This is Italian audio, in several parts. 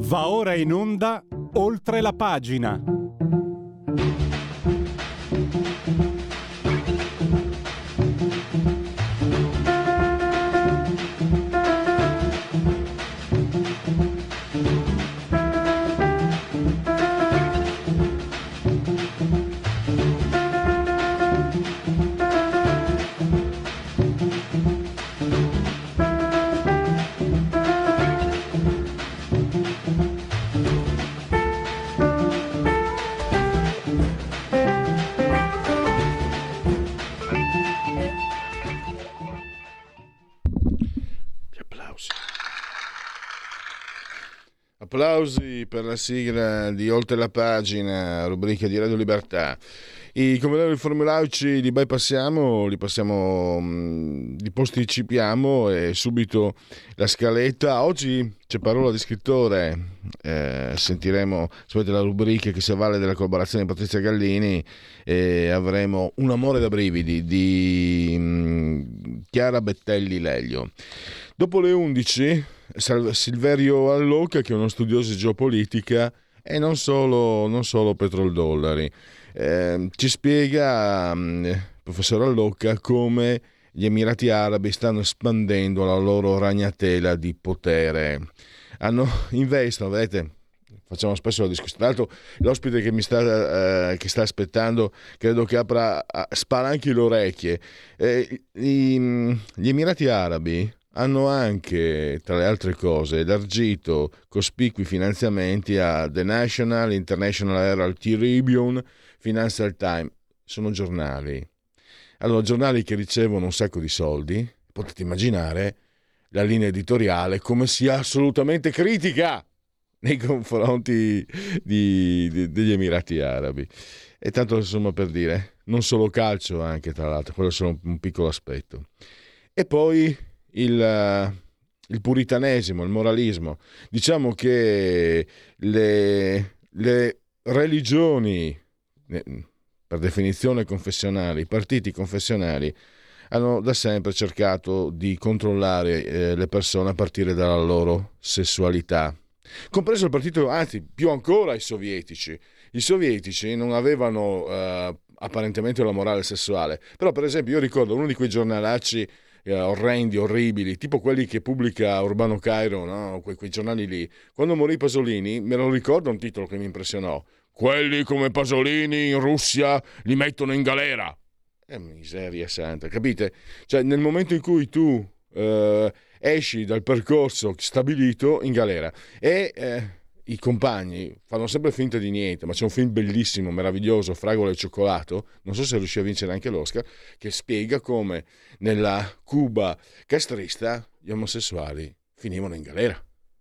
Va ora in onda Oltre la pagina. Applausi per la sigla di Oltre la pagina, rubrica di Radio Libertà. I convenori formulaici li bypassiamo, li posticipiamo e subito la scaletta. Oggi c'è parola di scrittore, sentiremo la rubrica che si avvale della collaborazione di Patrizia Gallini e avremo Un amore da brividi di Chiara Bettelli Lelio. Dopo le 11 Silverio Allocca, che è uno studioso di geopolitica e non solo petrodollari, ci spiega, professor Allocca, come gli Emirati Arabi stanno espandendo la loro ragnatela di potere. Investono, vedete, facciamo spesso la discussione. Tra l'altro l'ospite che che sta aspettando credo che spalanchi le orecchie. Gli Emirati Arabi hanno anche, tra le altre cose, elargito cospicui finanziamenti a The National, International Herald Tribune, Financial Times. Sono giornali. Allora, giornali che ricevono un sacco di soldi. Potete immaginare la linea editoriale come sia assolutamente critica nei confronti degli Emirati Arabi. E tanto insomma per dire, non solo calcio anche, tra l'altro, quello è solo un piccolo aspetto. E poi il puritanesimo, il moralismo. Diciamo che le religioni, per definizione confessionali, i partiti confessionali, hanno da sempre cercato di controllare le persone a partire dalla loro sessualità. Compreso il partito, anzi, più ancora i sovietici. I sovietici non avevano apparentemente la morale sessuale, però per esempio io ricordo uno di quei giornalacci orrendi, orribili, tipo quelli che pubblica Urbano Cairo, no? Quei giornali lì. Quando morì Pasolini, me lo ricordo un titolo che mi impressionò: quelli come Pasolini in Russia li mettono in galera. Miseria santa, capite? Cioè, nel momento in cui tu esci dal percorso stabilito, in galera. E i compagni fanno sempre finta di niente, ma c'è un film bellissimo, meraviglioso, Fragola e cioccolato, non so se riuscì a vincere anche l'Oscar, che spiega come nella Cuba castrista gli omosessuali finivano in galera.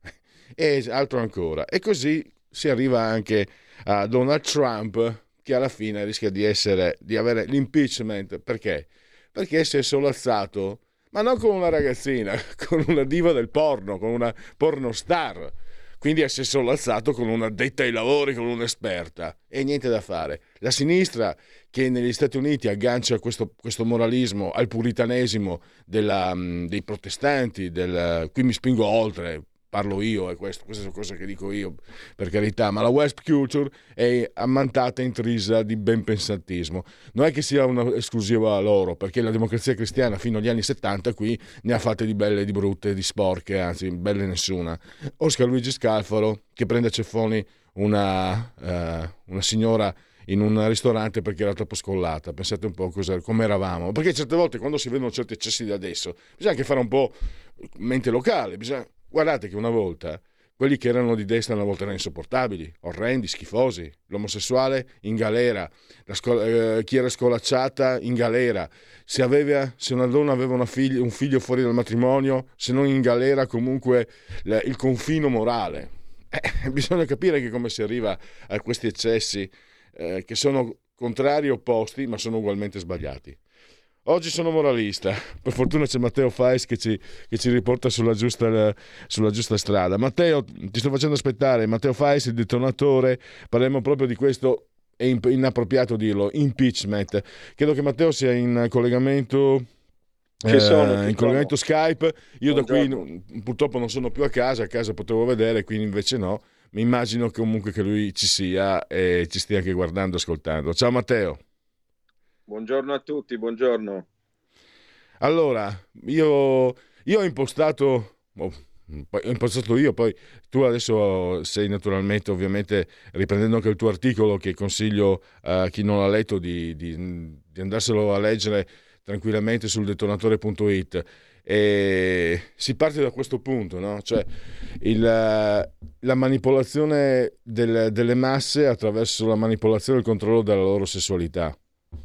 E altro ancora. E così si arriva anche a Donald Trump, che alla fine rischia di avere l'impeachment. Perché? Perché si è solazzato, ma non con una ragazzina, con una diva del porno, con una pornostar. Quindi si è solazzato con una addetta ai lavori, con un'esperta, e niente da fare. La sinistra, che negli Stati Uniti aggancia questo moralismo al puritanesimo dei protestanti, qui mi spingo oltre, parlo io, e queste sono cose che dico io, per carità, ma la West Culture è ammantata e intrisa di benpensantismo. Non è che sia una esclusiva a loro, perché la Democrazia Cristiana fino agli anni 70 qui ne ha fatte di belle, di brutte, di sporche, anzi belle nessuna. Oscar Luigi Scalfaro, che prende a ceffoni una signora in un ristorante perché era troppo scollata. Pensate un po' come eravamo, perché certe volte quando si vedono certi eccessi di adesso bisogna anche fare un po' mente locale. Guardate che una volta quelli che erano di destra una volta erano insopportabili, orrendi, schifosi. L'omosessuale in galera, chi era scolacciata in galera, se una donna aveva un figlio fuori dal matrimonio, se non in galera, comunque il confino morale. Bisogna capire che come si arriva a questi eccessi che sono contrari e opposti, ma sono ugualmente sbagliati. Oggi sono moralista, per fortuna c'è Matteo Fais che ci riporta sulla giusta strada. Matteo, ti sto facendo aspettare. Matteo Fais, il detonatore, parliamo proprio di questo, è inappropriato dirlo, impeachment. Credo che Matteo sia in collegamento in collegamento Skype. Io buongiorno. Da qui purtroppo non sono più a casa potevo vedere, qui invece no. mi immagino comunque che lui ci sia e ci stia anche guardando, ascoltando. Ciao Matteo. Buongiorno a tutti, buongiorno. Allora, io ho impostato io, poi tu adesso sei naturalmente, ovviamente, riprendendo anche il tuo articolo che consiglio a chi non l'ha letto di andarselo a leggere tranquillamente sul detonatore.it. E si parte da questo punto, no? Cioè la manipolazione delle masse attraverso la manipolazione e il controllo della loro sessualità.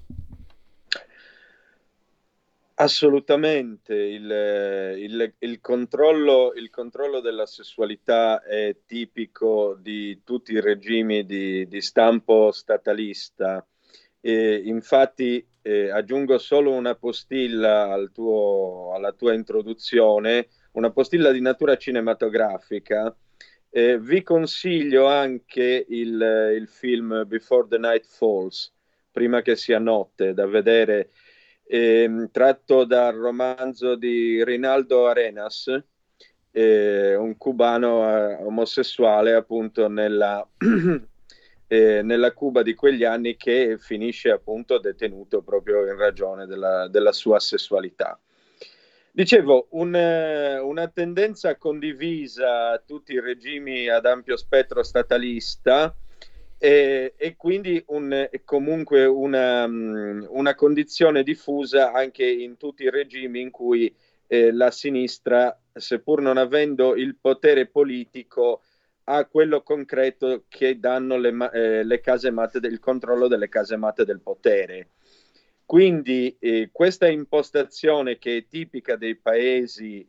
Assolutamente, il controllo della sessualità è tipico di tutti i regimi di stampo statalista. E infatti, aggiungo solo una postilla alla tua introduzione, una postilla di natura cinematografica. Vi consiglio anche il film Before the Night Falls, prima che sia notte, da vedere, tratto dal romanzo di Reinaldo Arenas, un cubano omosessuale appunto nella Cuba di quegli anni, che finisce appunto detenuto proprio in ragione della sua sessualità. Dicevo, una tendenza condivisa a tutti i regimi ad ampio spettro statalista, e quindi comunque una condizione diffusa anche in tutti i regimi in cui la sinistra, seppur non avendo il potere politico, ha quello concreto che danno le casematte, il controllo delle casematte del potere. Quindi questa impostazione, che è tipica dei paesi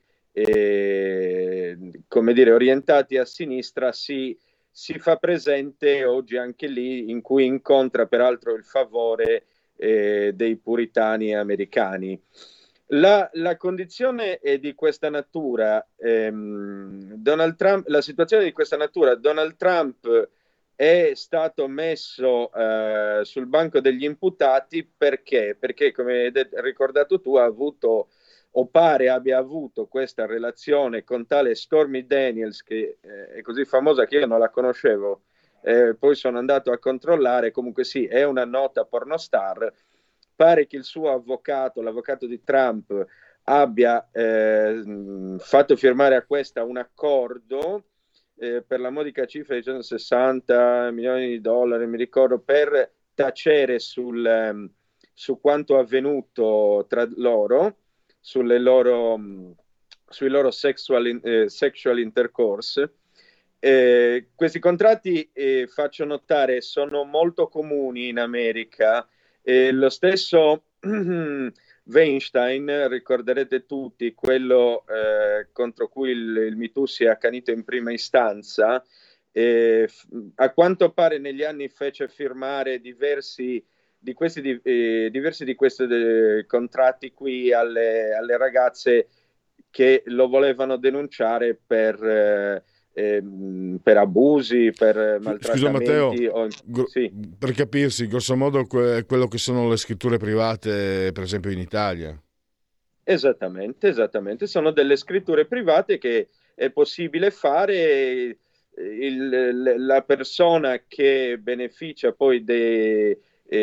come dire, orientati a sinistra, si fa presente oggi anche lì, in cui incontra peraltro il favore dei puritani americani. La condizione è di questa natura. Donald Trump, la situazione di questa natura, Donald Trump è stato messo sul banco degli imputati perché, come hai ricordato tu, ha avuto, o pare abbia avuto, questa relazione con tale Stormy Daniels, che è così famosa che io non la conoscevo, poi sono andato a controllare. Comunque sì, è una nota pornostar. Pare che il suo avvocato, l'avvocato di Trump, abbia fatto firmare a questa un accordo per la modica cifra di 160 milioni di dollari, mi ricordo, per tacere su quanto avvenuto tra loro, sui loro sexual intercourse. Questi contratti, faccio notare, sono molto comuni in America. Lo stesso Weinstein, ricorderete tutti, quello contro cui il MeToo si è accanito in prima istanza, a quanto pare negli anni fece firmare diversi di questi contratti qui alle ragazze che lo volevano denunciare per abusi, per Scusa Matteo, maltrattamenti. Sì. per capirsi, grosso modo quello che sono le scritture private, per esempio in Italia. Esattamente, sono delle scritture private che è possibile fare. La persona che beneficia poi del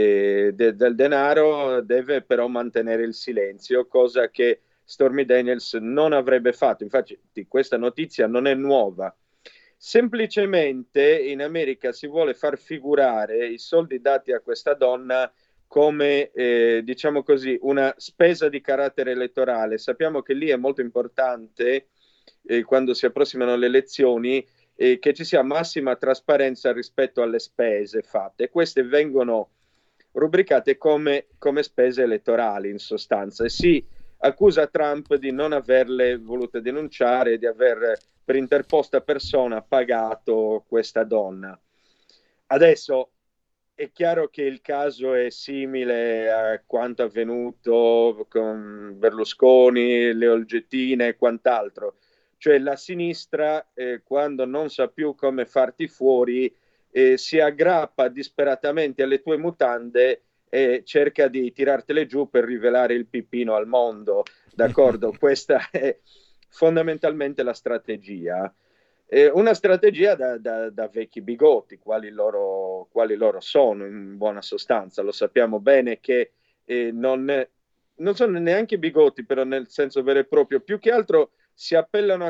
denaro deve però mantenere il silenzio, cosa che Stormy Daniels non avrebbe fatto. Infatti questa notizia non è nuova. Semplicemente in America si vuole far figurare i soldi dati a questa donna come, diciamo così, una spesa di carattere elettorale. Sappiamo che lì è molto importante, quando si approssimano le elezioni, che ci sia massima trasparenza rispetto alle spese fatte. Queste vengono rubricate come spese elettorali, in sostanza, e si accusa Trump di non averle volute denunciare, di aver per interposta persona pagato questa donna. Adesso è chiaro che il caso è simile a quanto avvenuto con Berlusconi, le Olgettine e quant'altro. Cioè la sinistra, quando non sa più come farti fuori, si aggrappa disperatamente alle tue mutande e cerca di tirartele giù per rivelare il pippino al mondo. D'accordo? Questa è fondamentalmente la strategia. Una strategia da vecchi bigotti, quali loro sono in buona sostanza. Lo sappiamo bene che non sono neanche bigotti, però nel senso vero e proprio, più che altro si appellano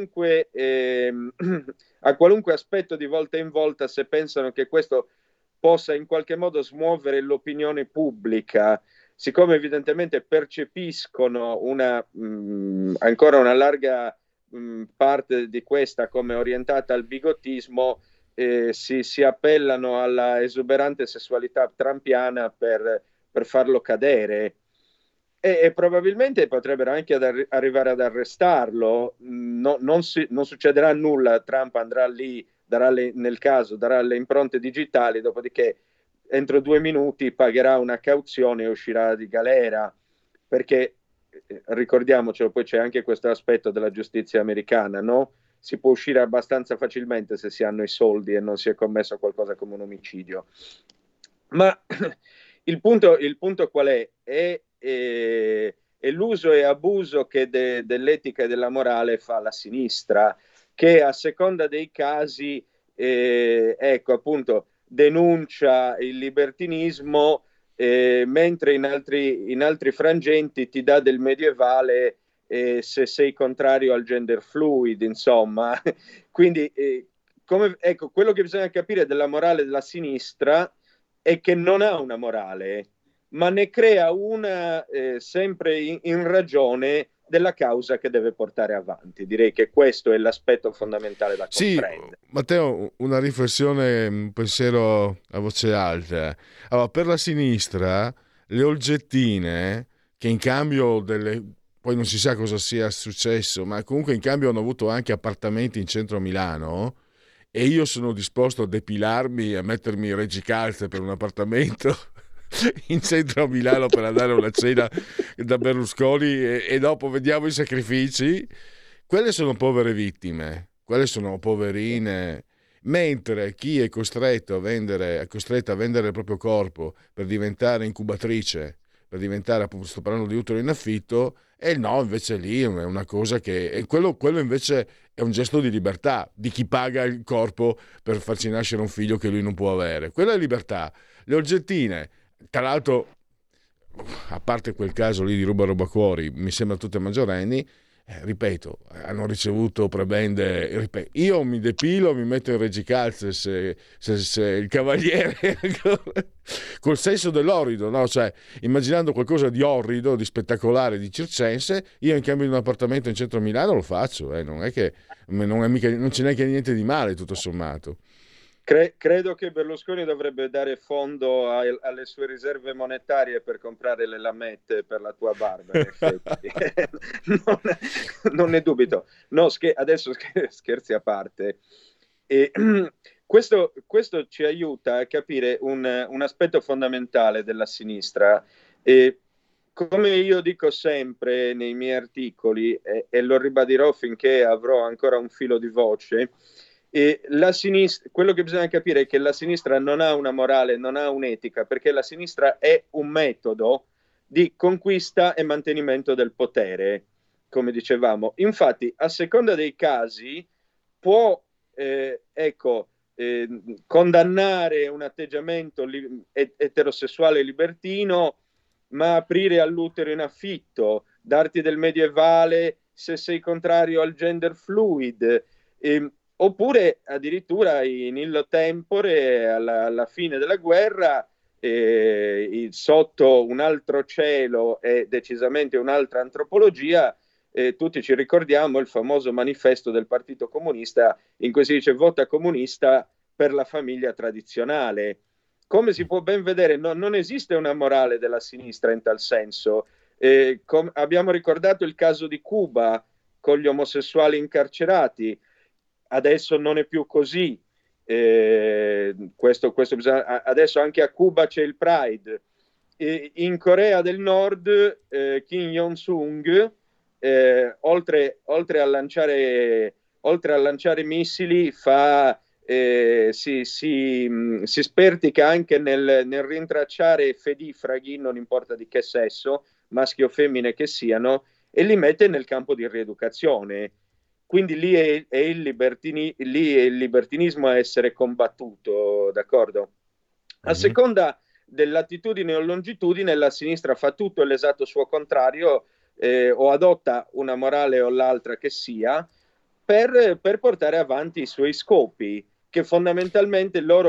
a qualunque aspetto di volta in volta se pensano che questo possa in qualche modo smuovere l'opinione pubblica, siccome evidentemente percepiscono ancora una larga parte di questa come orientata al bigottismo, si appellano alla esuberante sessualità trampiana per farlo cadere. E probabilmente potrebbero anche arrivare ad arrestarlo. Non succederà nulla, Trump andrà lì, nel caso darà le impronte digitali, dopodiché entro 2 minuti pagherà una cauzione e uscirà di galera, perché ricordiamocelo, poi c'è anche questo aspetto della giustizia americana, no? Si può uscire abbastanza facilmente se si hanno i soldi e non si è commesso qualcosa come un omicidio. Ma il punto qual è? È l'uso e abuso che dell'etica e della morale fa la sinistra, che a seconda dei casi, ecco, appunto, denuncia il libertinismo, mentre in altri frangenti ti dà del medievale, se sei contrario al gender fluid, insomma. Quindi, ecco, quello che bisogna capire della morale della sinistra è che non ha una morale, ma ne crea una sempre in ragione della causa che deve portare avanti. Direi che questo è l'aspetto fondamentale da comprendere. Sì, Matteo, una riflessione, un pensiero a voce alta. Allora, per la sinistra, le olgettine, che in cambio poi non si sa cosa sia successo, ma comunque in cambio hanno avuto anche appartamenti in centro a Milano, e io sono disposto a depilarmi e a mettermi in reggicalze per un appartamento in centro a Milano per andare a una cena da Berlusconi, e dopo vediamo i sacrifici. Quelle sono povere vittime, quelle sono poverine, mentre chi è costretto a vendere il proprio corpo per diventare incubatrice, per diventare, appunto, sto parlando di utero in affitto, e no, invece lì è una cosa che quello invece è un gesto di libertà di chi paga il corpo per farci nascere un figlio che lui non può avere. Quella è libertà. Le oggettine, tra l'altro, a parte quel caso lì di ruba cuori, mi sembra tutte maggiorenni, ripeto, hanno ricevuto prebende. Io mi depilo, mi metto in reggicalze se il cavaliere col senso dell'orrido, no? Cioè, immaginando qualcosa di orrido, di spettacolare, di circense, io in cambio di un appartamento in centro a Milano lo faccio, non è che non c'è neanche niente di male, tutto sommato. Credo che Berlusconi dovrebbe dare fondo alle sue riserve monetarie per comprare le lamette per la tua barba, in effetti. non ne dubito. No, adesso scherzi a parte. Questo ci aiuta a capire un aspetto fondamentale della sinistra. Come io dico sempre nei miei articoli, e lo ribadirò finché avrò ancora un filo di voce, la sinistra, quello che bisogna capire è che la sinistra non ha una morale, non ha un'etica, perché la sinistra è un metodo di conquista e mantenimento del potere, come dicevamo. Infatti, a seconda dei casi, può condannare un atteggiamento eterosessuale libertino, ma aprire all'utero in affitto, darti del medievale se sei contrario al gender fluid, oppure addirittura in illo tempore, alla fine della guerra, sotto un altro cielo e decisamente un'altra antropologia, tutti ci ricordiamo il famoso manifesto del Partito Comunista in cui si dice vota comunista per la famiglia tradizionale. Come si può ben vedere, non esiste una morale della sinistra in tal senso. Abbiamo ricordato il caso di Cuba con gli omosessuali incarcerati. Adesso non è più così. Adesso anche a Cuba c'è il Pride. In Corea del Nord, Kim Jong-sung, oltre a lanciare missili, si spertica anche nel rintracciare fedifraghi, non importa di che sesso, maschi o femmine che siano, e li mette nel campo di rieducazione. quindi lì è il libertinismo a essere combattuto, d'accordo? A seconda dell'attitudine o longitudine, la sinistra fa tutto l'esatto suo contrario, o adotta una morale o l'altra che sia, per portare avanti i suoi scopi, che fondamentalmente loro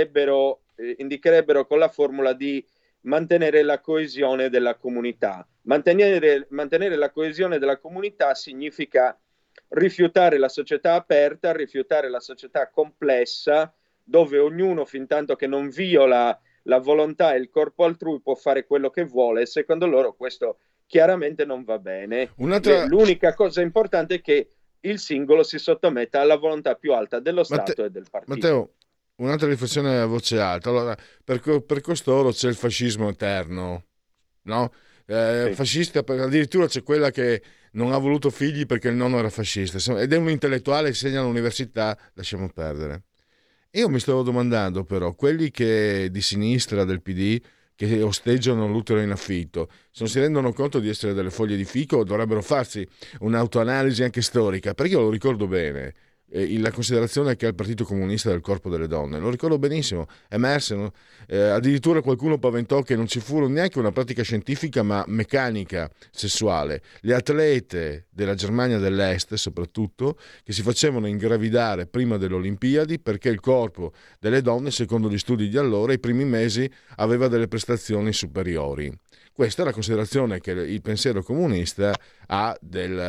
indicherebbero con la formula di mantenere la coesione della comunità. Mantenere la coesione della comunità significa rifiutare la società aperta, rifiutare la società complessa, dove ognuno, fin tanto che non viola la volontà e il corpo altrui, può fare quello che vuole. Secondo loro questo chiaramente non va bene. L'unica cosa importante è che il singolo si sottometta alla volontà più alta dello Stato e del partito. Matteo, un'altra riflessione a voce alta. Allora, per costoro c'è il fascismo eterno, no? Sì. Fascista, addirittura c'è quella che non ha voluto figli perché il nonno era fascista, ed è un intellettuale, insegna all'università, lasciamo perdere. Io mi stavo domandando però, quelli che di sinistra del PD che osteggiano l'utero in affitto, se non si rendono conto di essere delle foglie di fico, dovrebbero farsi un'autoanalisi anche storica, perché io lo ricordo bene, la considerazione che ha il Partito Comunista del corpo delle donne, lo ricordo benissimo, emersero, addirittura qualcuno paventò che non ci fu neanche una pratica scientifica ma meccanica sessuale. Le atlete della Germania dell'Est soprattutto, che si facevano ingravidare prima delle Olimpiadi perché il corpo delle donne, secondo gli studi di allora, i primi mesi aveva delle prestazioni superiori. Questa è la considerazione che il pensiero comunista ha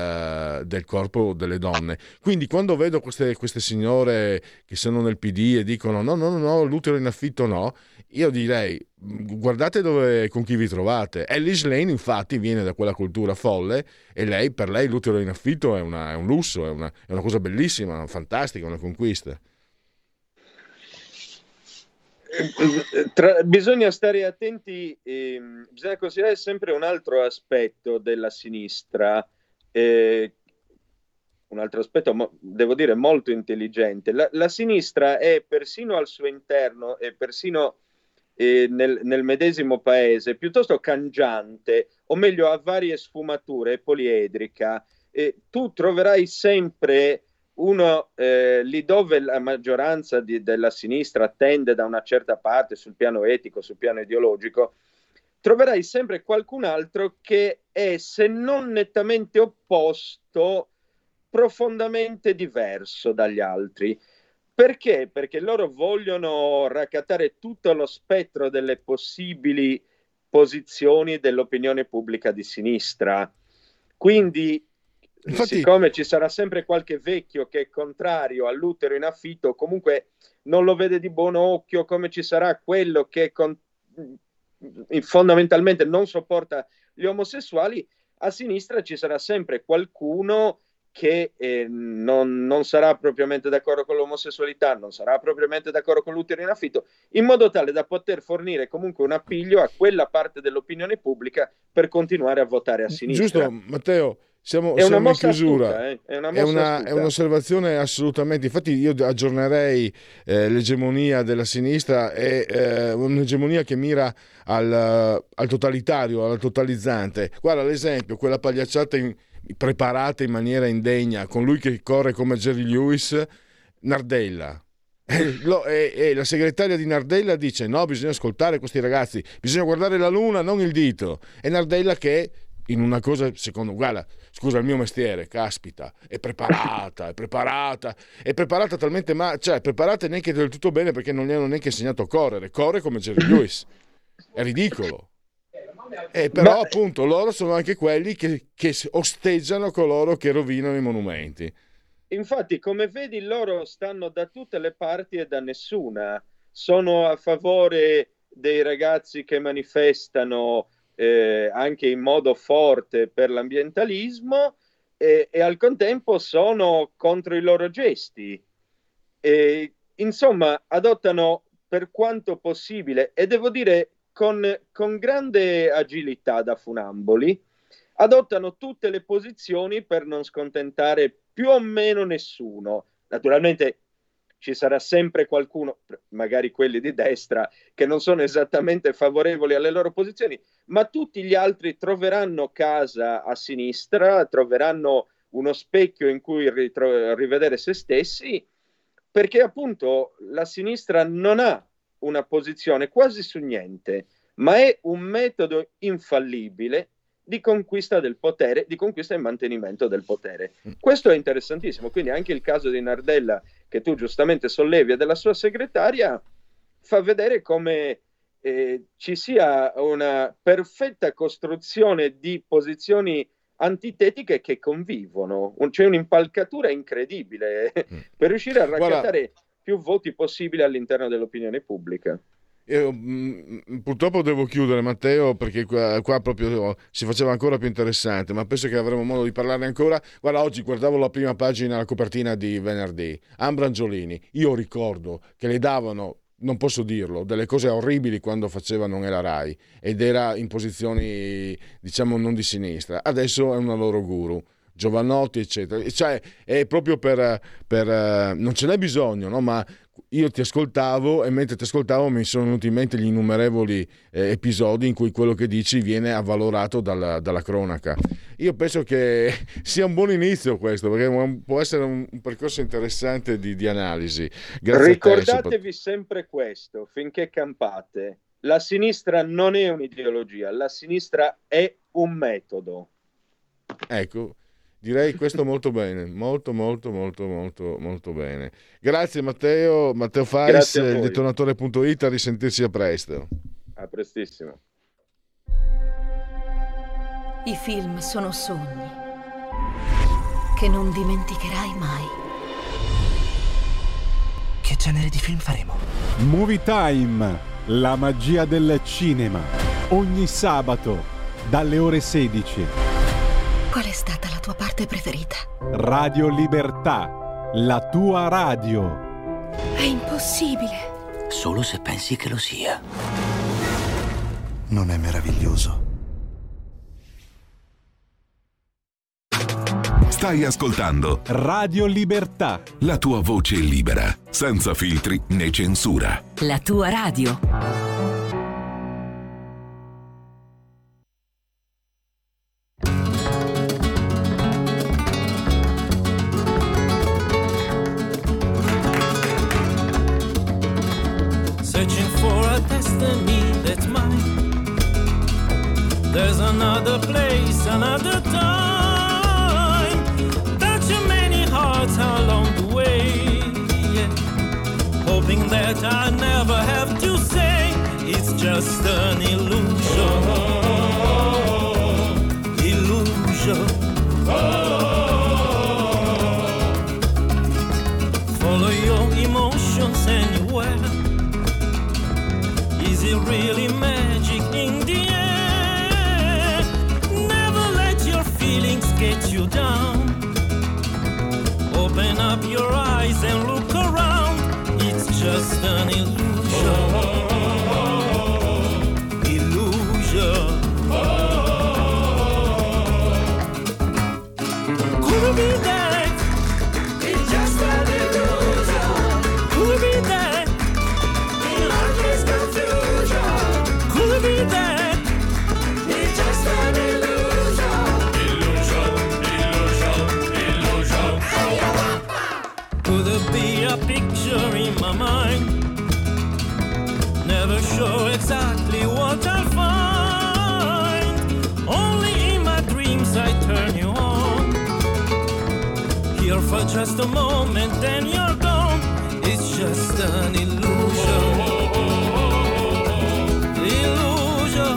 del corpo delle donne. Quindi quando vedo queste signore che sono nel PD e dicono no, l'utero in affitto no, io direi guardate con chi vi trovate. Ellis Lane infatti viene da quella cultura folle e per lei l'utero in affitto è un lusso, è una cosa bellissima, fantastica, una conquista. Bisogna stare attenti, bisogna considerare sempre un altro aspetto della sinistra, un altro aspetto, devo dire, molto intelligente. La sinistra è persino al suo interno e persino nel medesimo paese piuttosto cangiante, o meglio ha varie sfumature, poliedrica. Tu troverai sempre lì dove la maggioranza della sinistra tende da una certa parte sul piano etico, sul piano ideologico, troverai sempre qualcun altro che è, se non nettamente opposto, profondamente diverso dagli altri. Perché? Perché loro vogliono raccattare tutto lo spettro delle possibili posizioni dell'opinione pubblica di sinistra. Quindi infatti, siccome ci sarà sempre qualche vecchio che è contrario all'utero in affitto, comunque non lo vede di buon occhio, come ci sarà quello che fondamentalmente non sopporta gli omosessuali, a sinistra ci sarà sempre qualcuno che non sarà propriamente d'accordo con l'omosessualità, non sarà propriamente d'accordo con l'utero in affitto, in modo tale da poter fornire comunque un appiglio a quella parte dell'opinione pubblica per continuare a votare a sinistra. Giusto, Matteo. Siamo in chiusura, è un'osservazione assolutamente. Infatti io aggiornerei l'egemonia della sinistra, è un'egemonia che mira al totalitario, al totalizzante. Guarda l'esempio, quella pagliacciata preparata in maniera indegna, con lui che corre come Jerry Lewis, Nardella. E la segretaria di Nardella dice no, bisogna ascoltare questi ragazzi, bisogna guardare la luna, non il dito. E Nardella che in una cosa, secondo, guarda, scusa il mio mestiere, caspita, è preparata talmente, cioè è preparata neanche del tutto bene perché non gli hanno neanche insegnato a corre come Jerry Lewis, è ridicolo. Però appunto loro sono anche quelli che osteggiano coloro che rovinano i monumenti. Infatti, come vedi, loro stanno da tutte le parti e da nessuna. Sono a favore dei ragazzi che manifestano anche in modo forte per l'ambientalismo e al contempo sono contro i loro gesti. Insomma, adottano per quanto possibile, e devo dire con grande agilità da funamboli, adottano tutte le posizioni per non scontentare più o meno nessuno. Naturalmente ci sarà sempre qualcuno, magari quelli di destra, che non sono esattamente favorevoli alle loro posizioni, ma tutti gli altri troveranno casa a sinistra, troveranno uno specchio in cui rivedere se stessi, perché appunto la sinistra non ha una posizione quasi su niente, ma è un metodo infallibile di conquista del potere, di conquista e mantenimento del potere. Questo è interessantissimo, quindi anche il caso di Nardella, che tu giustamente sollevi, e della sua segretaria, fa vedere come ci sia una perfetta costruzione di posizioni antitetiche che convivono. C'è un'impalcatura incredibile per riuscire a raccattare più voti possibili all'interno dell'opinione pubblica. Io, purtroppo devo chiudere, Matteo, perché qua proprio si faceva ancora più interessante, ma penso che avremo modo di parlarne ancora. Guarda, oggi guardavo la prima pagina, la copertina di Venerdì, Ambra Angiolini. Io ricordo che le davano, non posso dirlo, delle cose orribili quando faceva Non è la Rai, ed era in posizioni, diciamo, non di sinistra. Adesso è una loro guru, Giovanotti, eccetera. Cioè, è proprio per non ce n'è bisogno, no? Ma io ti ascoltavo, e mentre ti ascoltavo mi sono venuti in mente gli innumerevoli episodi in cui quello che dici viene avvalorato dalla cronaca. Io penso che sia un buon inizio questo, perché può essere un percorso interessante di analisi. Grazie. Ricordatevi sempre questo, finché campate: la sinistra non è un'ideologia, la sinistra è un metodo. Ecco, direi questo molto bene, molto bene. Grazie Matteo Fais, il detonatore.it, a risentirci a presto. A prestissimo. I film sono sogni che non dimenticherai mai. Che genere di film faremo? Movie Time, la magia del cinema. Ogni sabato dalle ore 16. Qual è stata la tua parte preferita? Radio Libertà, la tua radio. È impossibile. Solo se pensi che lo sia. Non è meraviglioso? Stai ascoltando Radio Libertà, la tua voce libera, senza filtri né censura. La tua radio. Searching for a destiny that's mine. There's another place, another time. Touching many hearts along the way, yeah. Hoping that I never have to say it's just an illusion. Illusion. Follow your emotions anywhere. Is it really magic in the air? Never let your feelings get you down. Open up your eyes and look around. It's just an illusion. Illusion. Could it be that? It's just an illusion. Could it be that? Could it be that? It's just an illusion. Illusion, illusion, illusion. Could it be a picture in my mind? Never sure exactly what I'll find. Only in my dreams I turn you on. Here for just a moment, then you're gone. It's just an illusion. Illusion.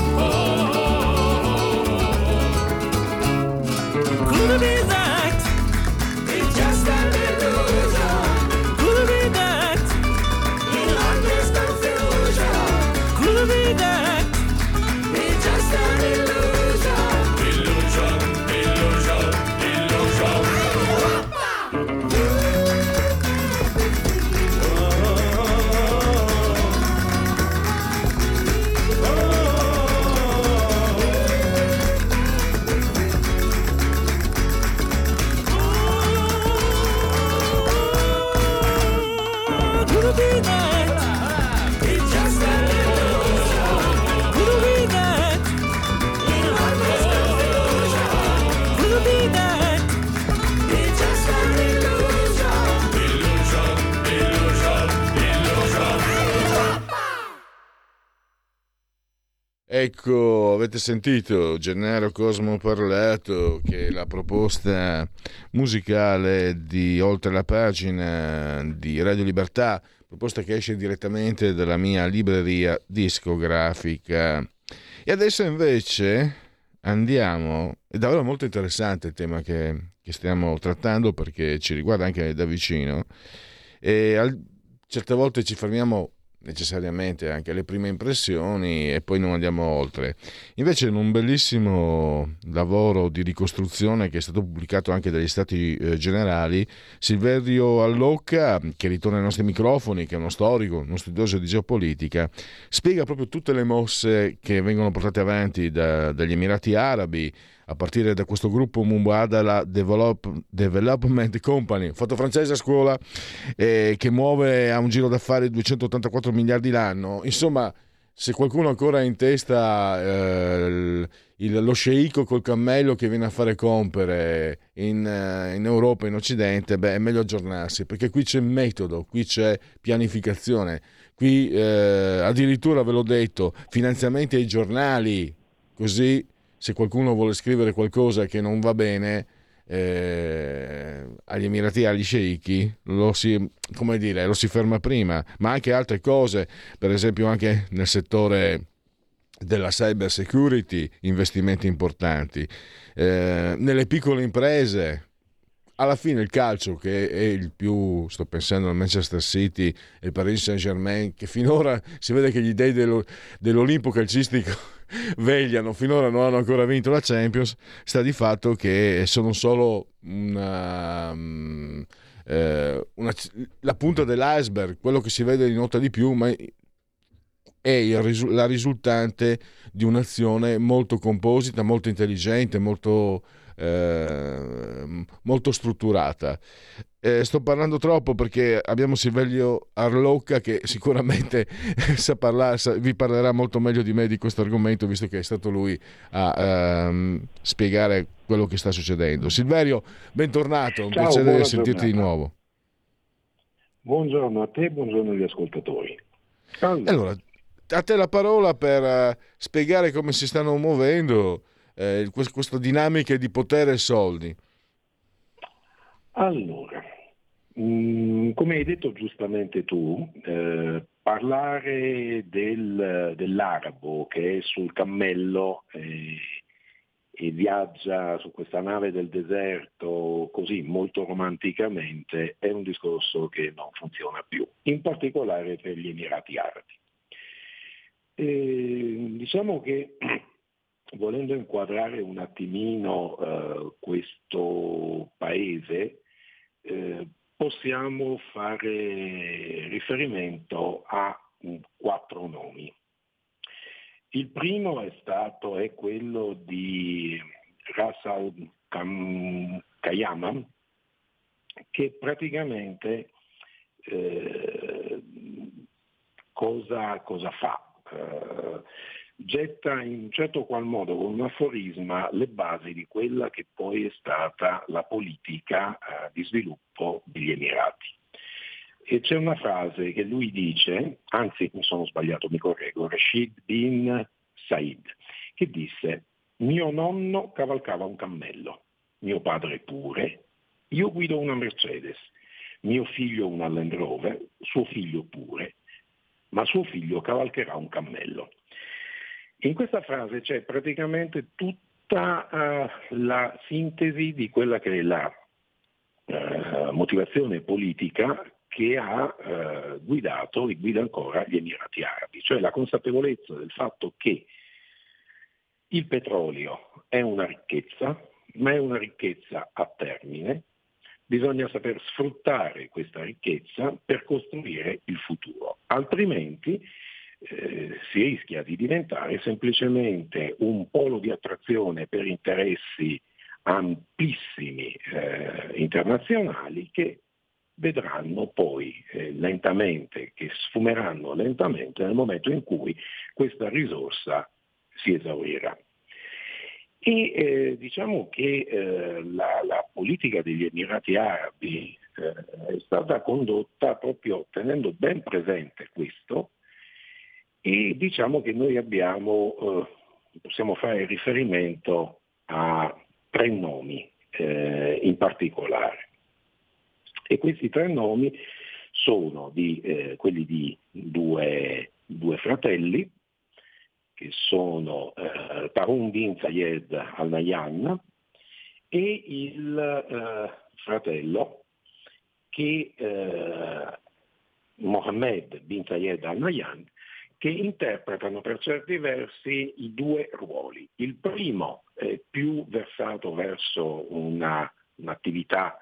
Could it be that? It's just an illusion. Could it be that? In endless confusion. Could it be that? It's just an illusion. Illusion, illusion, illusion. Ecco, avete sentito Gennaro Cosmo Parlato, che è la proposta musicale di Oltre la pagina di Radio Libertà, proposta che esce direttamente dalla mia libreria discografica. E adesso invece andiamo, è davvero molto interessante il tema che stiamo trattando, perché ci riguarda anche da vicino, e certe volte ci fermiamo necessariamente anche alle prime impressioni e poi non andiamo oltre. Invece in un bellissimo lavoro di ricostruzione che è stato pubblicato anche dagli Stati Generali, Silverio Allocca, che ritorna ai nostri microfoni, che è uno storico, uno studioso di geopolitica, spiega proprio tutte le mosse che vengono portate avanti dagli Emirati Arabi, a partire da questo gruppo Mubadala Development Company, ho fatto francese a scuola, che muove a un giro d'affari 284 miliardi l'anno. Insomma, se qualcuno ancora ha in testa lo sceicco col cammello che viene a fare compere in Europa, in Occidente, è meglio aggiornarsi, perché qui c'è metodo, qui c'è pianificazione, qui addirittura, ve l'ho detto, finanziamenti ai giornali, così se qualcuno vuole scrivere qualcosa che non va bene agli Emirati, agli sceicchi, lo si ferma prima. Ma anche altre cose, per esempio anche nel settore della cyber security, investimenti importanti, nelle piccole imprese. Alla fine il calcio, che è il più, sto pensando al Manchester City e il Paris Saint-Germain, che finora si vede che gli dei dell'Olimpo calcistico vegliano, finora non hanno ancora vinto la Champions, sta di fatto che sono solo la punta dell'iceberg, quello che si vede di nota di più, ma è la risultante di un'azione molto composita, molto intelligente, molto strutturata. Sto parlando troppo perché abbiamo Silverio Allocca, che sicuramente vi parlerà molto meglio di me di questo argomento, visto che è stato lui a spiegare quello che sta succedendo. Silverio, bentornato, un piacere sentirti di nuovo. Buongiorno a te, buongiorno agli ascoltatori. Allora, a te la parola per spiegare come si stanno muovendo queste dinamiche di potere e soldi. Allora, come hai detto giustamente tu, parlare dell'arabo che è sul cammello e viaggia su questa nave del deserto così molto romanticamente è un discorso che non funziona più, in particolare per gli Emirati Arabi. Diciamo che volendo inquadrare un attimino questo paese, possiamo fare riferimento a 4 nomi. Il primo è quello di Ras al-Khaimah, che praticamente cosa fa? Getta in un certo qual modo con un aforisma le basi di quella che poi è stata la politica di sviluppo degli Emirati. E c'è una frase che lui dice, anzi mi sono sbagliato, mi correggo, Rashid bin Said, che disse: mio nonno cavalcava un cammello, mio padre pure, io guido una Mercedes, mio figlio una Land Rover, suo figlio pure, ma suo figlio cavalcherà un cammello. In questa frase c'è praticamente tutta la sintesi di quella che è la motivazione politica che ha guidato e guida ancora gli Emirati Arabi, cioè la consapevolezza del fatto che il petrolio è una ricchezza, ma è una ricchezza a termine. Bisogna saper sfruttare questa ricchezza per costruire il futuro, altrimenti si rischia di diventare semplicemente un polo di attrazione per interessi amplissimi internazionali che vedranno poi lentamente, che sfumeranno lentamente nel momento in cui questa risorsa si esaurirà. E diciamo che la politica degli Emirati Arabi è stata condotta proprio tenendo ben presente questo E diciamo che noi possiamo fare riferimento a 3 nomi in particolare. E questi 3 nomi sono quelli di due fratelli, che sono Tarun bin Zayed Al Nahyan e il fratello che Mohammed bin Zayed Al Nahyan, che interpretano per certi versi i 2 ruoli. Il primo è più versato verso un'attività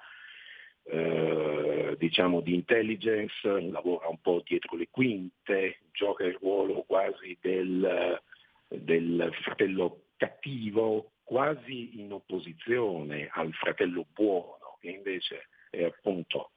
diciamo di intelligence, lavora un po' dietro le quinte, gioca il ruolo quasi del fratello cattivo, quasi in opposizione al fratello buono, che invece è appunto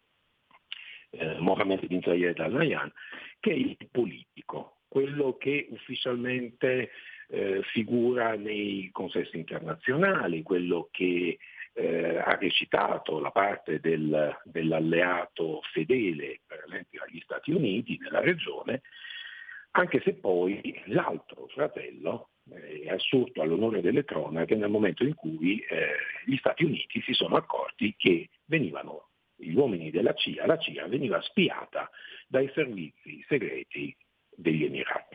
Mohammed bin Zayed Al Nahyan, che è il politico, quello che ufficialmente figura nei consessi internazionali, quello che ha recitato la parte dell'alleato fedele, per esempio agli Stati Uniti, nella regione, anche se poi l'altro fratello è assurto all'onore delle cronache nel momento in cui gli Stati Uniti si sono accorti che gli uomini della CIA, la CIA veniva spiata dai servizi segreti degli Emirati.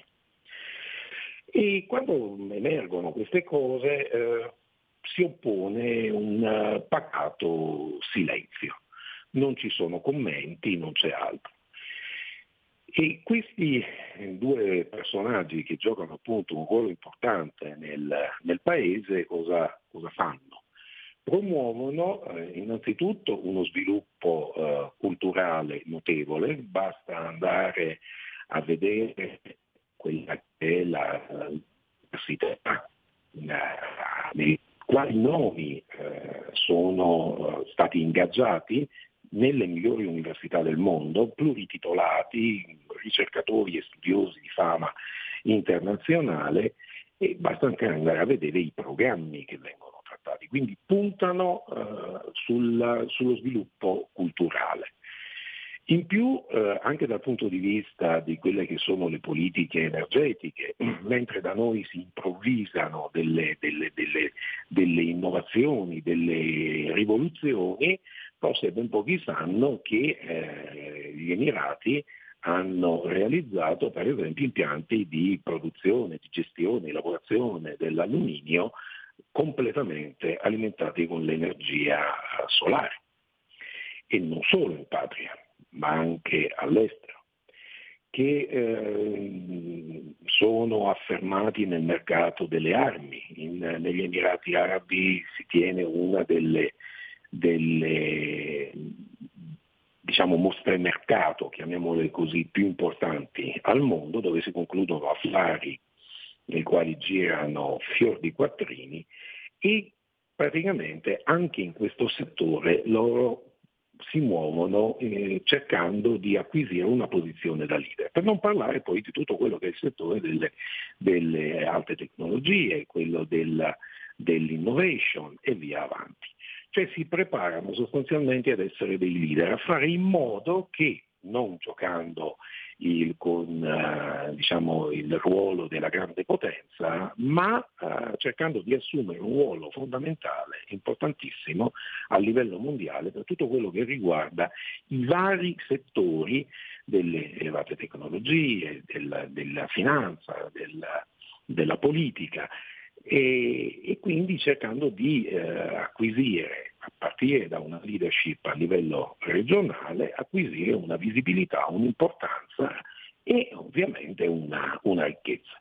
E quando emergono queste cose si oppone un pacato silenzio, non ci sono commenti, non c'è altro. E questi 2 personaggi che giocano appunto un ruolo importante nel paese cosa fanno? Promuovono innanzitutto uno sviluppo culturale notevole, basta andare a vedere quella che è l'università, nei quali nomi sono stati ingaggiati nelle migliori università del mondo, plurititolati, ricercatori e studiosi di fama internazionale, e basta anche andare a vedere i programmi che vengono trattati. Quindi puntano sullo sviluppo culturale. In più, anche dal punto di vista di quelle che sono le politiche energetiche, mentre da noi si improvvisano delle innovazioni, delle rivoluzioni, forse ben pochi sanno che gli Emirati hanno realizzato per esempio impianti di produzione, di gestione, di lavorazione dell'alluminio completamente alimentati con l'energia solare. E non solo in patria, ma anche all'estero, che sono affermati nel mercato delle armi. Negli Emirati Arabi si tiene una delle diciamo mostre mercato, chiamiamole così, più importanti al mondo, dove si concludono affari nei quali girano fior di quattrini, e praticamente anche in questo settore loro si muovono cercando di acquisire una posizione da leader, per non parlare poi di tutto quello che è il settore delle alte tecnologie, quello dell'innovation e via avanti. Cioè si preparano sostanzialmente ad essere dei leader, a fare in modo che, non giocando con diciamo, il ruolo della grande potenza, ma cercando di assumere un ruolo fondamentale, importantissimo a livello mondiale per tutto quello che riguarda i vari settori delle elevate tecnologie, della finanza, della politica, e quindi cercando di acquisire, a partire da una leadership a livello regionale, acquisire una visibilità, un'importanza e ovviamente una ricchezza.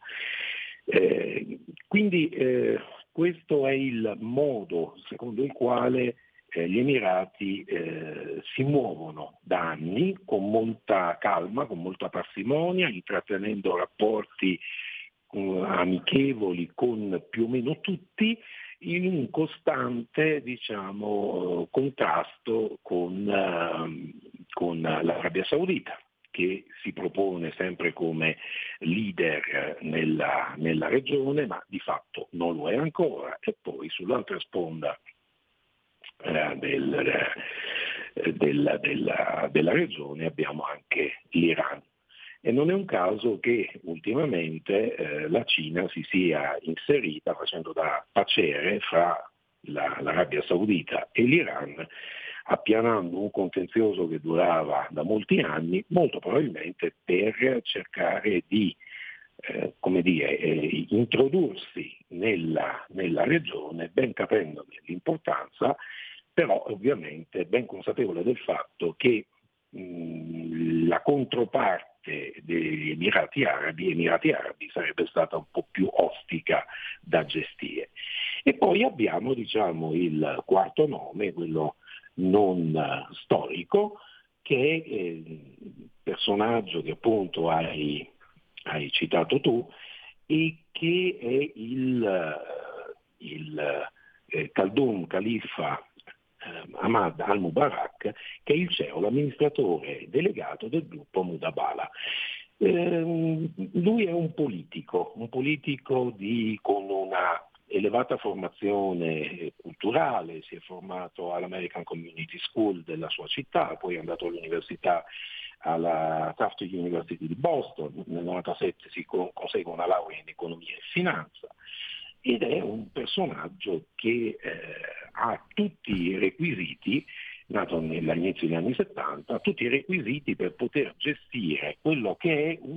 Quindi questo è il modo secondo il quale gli Emirati si muovono da anni con molta calma, con molta parsimonia, intrattenendo rapporti amichevoli con più o meno tutti, in un costante diciamo, contrasto con l'Arabia Saudita, che si propone sempre come leader nella regione, ma di fatto non lo è ancora, e poi sull'altra sponda della regione abbiamo anche l'Iran. E non è un caso che ultimamente la Cina si sia inserita facendo da pacere fra l'Arabia Saudita e l'Iran, appianando un contenzioso che durava da molti anni, molto probabilmente per cercare di introdursi nella regione, ben capendone l'importanza, però ovviamente ben consapevole del fatto che la controparte degli Emirati Arabi sarebbe stata un po' più ostica da gestire. E poi abbiamo, il quarto nome, quello non storico, che è il personaggio che appunto hai citato tu e che è il Khaldun Khalifa Ahmad al-Mubarak, che è il CEO, l'amministratore delegato del gruppo Mudabala. Lui è un politico con una elevata formazione culturale, si è formato all'American Community School della sua città, poi è andato all'università alla Tufts University di Boston, nel 1997 si consegue una laurea in economia e finanza, ed è un personaggio che ha tutti i requisiti, nato all'inizio degli anni 70, ha tutti i requisiti per poter gestire quello che è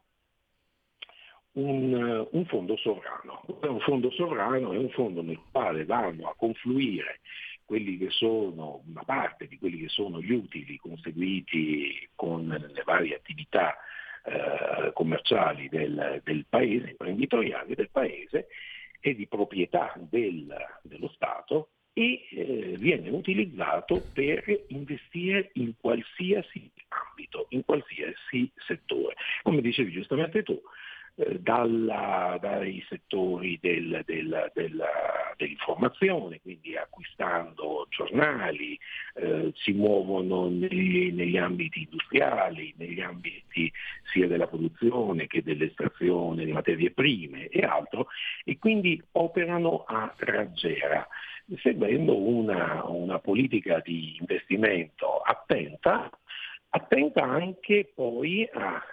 un fondo sovrano. Un fondo sovrano è un fondo nel quale vanno a confluire quelli che sono una parte di quelli che sono gli utili conseguiti con le varie attività commerciali del paese, imprenditoriali del paese e di proprietà dello Stato, e viene utilizzato per investire in qualsiasi ambito, in qualsiasi settore. Come dicevi giustamente tu, dai settori dell'informazione, quindi acquistando giornali, si muovono negli ambiti industriali, negli ambiti sia della produzione che dell'estrazione di materie prime e altro, e quindi operano a raggiera, seguendo una politica di investimento attenta anche poi a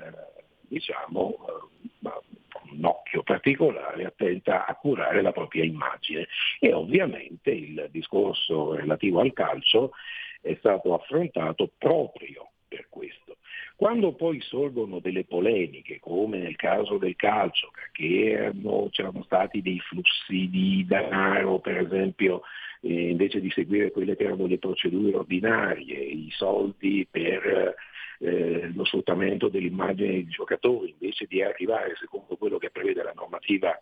un occhio particolare, attenta a curare la propria immagine. E ovviamente il discorso relativo al calcio è stato affrontato proprio per questo. Quando poi sorgono delle polemiche, come nel caso del calcio, perché c'erano stati dei flussi di denaro, per esempio, invece di seguire quelle che erano le procedure ordinarie, i soldi per lo sfruttamento dell'immagine dei giocatori, invece di arrivare secondo quello che prevede la normativa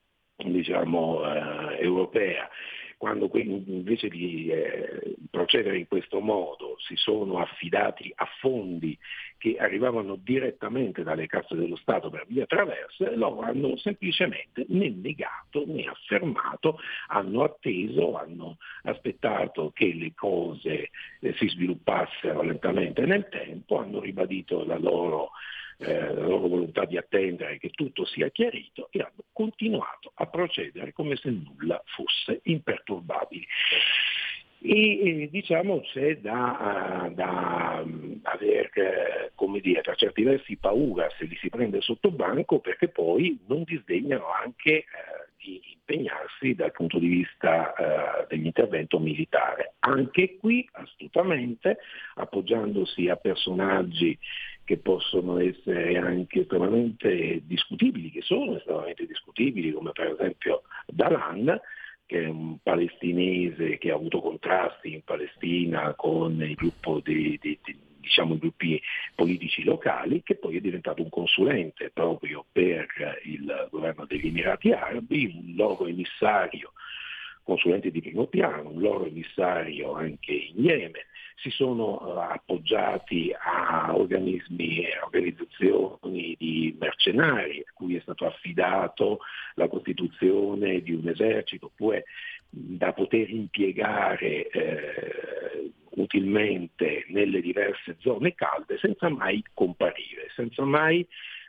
europea, quando invece di procedere in questo modo si sono affidati a fondi che arrivavano direttamente dalle casse dello Stato per via traverse, loro hanno semplicemente né negato né affermato, hanno atteso, hanno aspettato che le cose si sviluppassero lentamente nel tempo, hanno ribadito la loro volontà di attendere che tutto sia chiarito e hanno continuato a procedere come se nulla fosse, imperturbabili. E c'è da aver, per certi versi paura se li si prende sotto banco, perché poi non disdegnano anche di impegnarsi dal punto di vista dell'intervento militare. Anche qui, astutamente, appoggiandosi a personaggi che possono essere anche estremamente discutibili, che sono estremamente discutibili, come per esempio Dalan, che è un palestinese che ha avuto contrasti in Palestina con il gruppo i gruppi politici locali, che poi è diventato un consulente proprio per il governo degli Emirati Arabi, un loro emissario, consulente di primo piano, un loro emissario anche in Yemen. Si sono appoggiati a organismi e organizzazioni di mercenari, a cui è stato affidato la costituzione di un esercito, oppure da poter impiegare utilmente nelle diverse zone calde, senza mai comparire, senza mai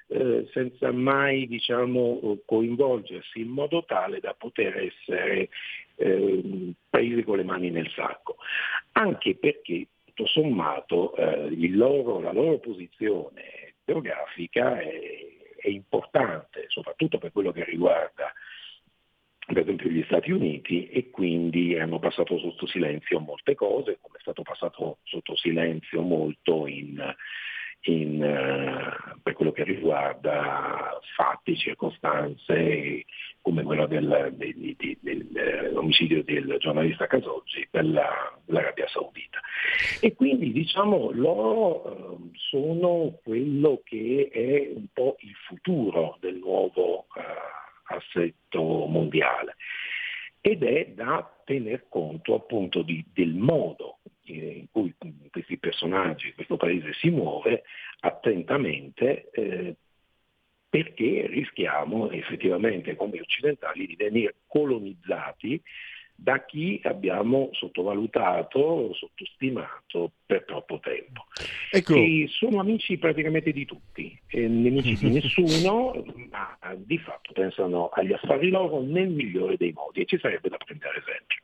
coinvolgersi in modo tale da poter essere presi con le mani nel sacco, anche perché tutto sommato la loro posizione geografica è importante, soprattutto per quello che riguarda per esempio gli Stati Uniti, e quindi hanno passato sotto silenzio molte cose, come è stato passato sotto silenzio molto per quello che riguarda fatti, circostanze come quello dell'omicidio del giornalista Khashoggi per l'Arabia Saudita. E quindi diciamo loro sono quello che è un po' il futuro del nuovo assetto mondiale, ed è da tener conto appunto del modo in cui questi personaggi, questo paese si muove attentamente, perché rischiamo effettivamente come occidentali di venire colonizzati da chi abbiamo sottovalutato, sottostimato per troppo tempo. Ecco. E sono amici praticamente di tutti, nemici di nessuno, ma di fatto pensano agli affari loro nel migliore dei modi, e ci sarebbe da prendere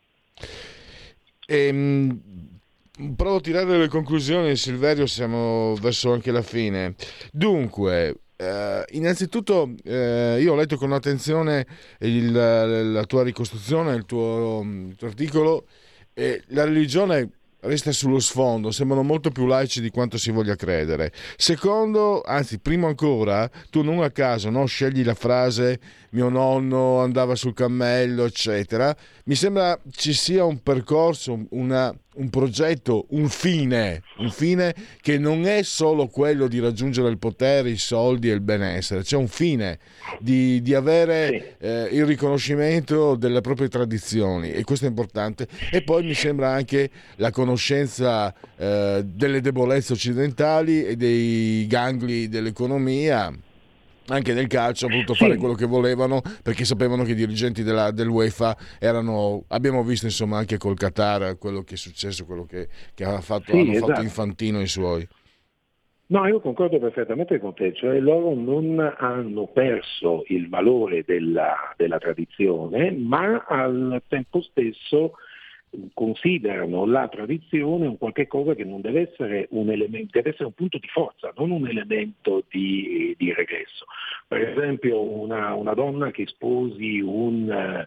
esempio. Provo a tirare le conclusioni, Silverio, siamo verso anche la fine. Dunque, innanzitutto io ho letto con attenzione la tua ricostruzione, il tuo articolo, e la religione resta sullo sfondo, sembrano molto più laici di quanto si voglia credere. Secondo, anzi primo ancora, tu non a caso scegli la frase mio nonno andava sul cammello, eccetera. Mi sembra ci sia un percorso, un progetto, un fine che non è solo quello di raggiungere il potere, i soldi e il benessere. C'è un fine di avere il riconoscimento delle proprie tradizioni, e questo è importante. E poi mi sembra anche la conoscenza delle debolezze occidentali e dei gangli dell'economia. Anche nel calcio hanno voluto fare quello che volevano, perché sapevano che i dirigenti dell'UEFA abbiamo visto insomma anche col Qatar quello che è successo, quello che hanno fatto Infantino e i suoi. No, io concordo perfettamente con te, cioè loro non hanno perso il valore della tradizione, ma al tempo stesso considerano la tradizione un qualche cosa che non deve essere un elemento, deve essere un punto di forza, non un elemento di regresso. Per esempio una donna che sposi un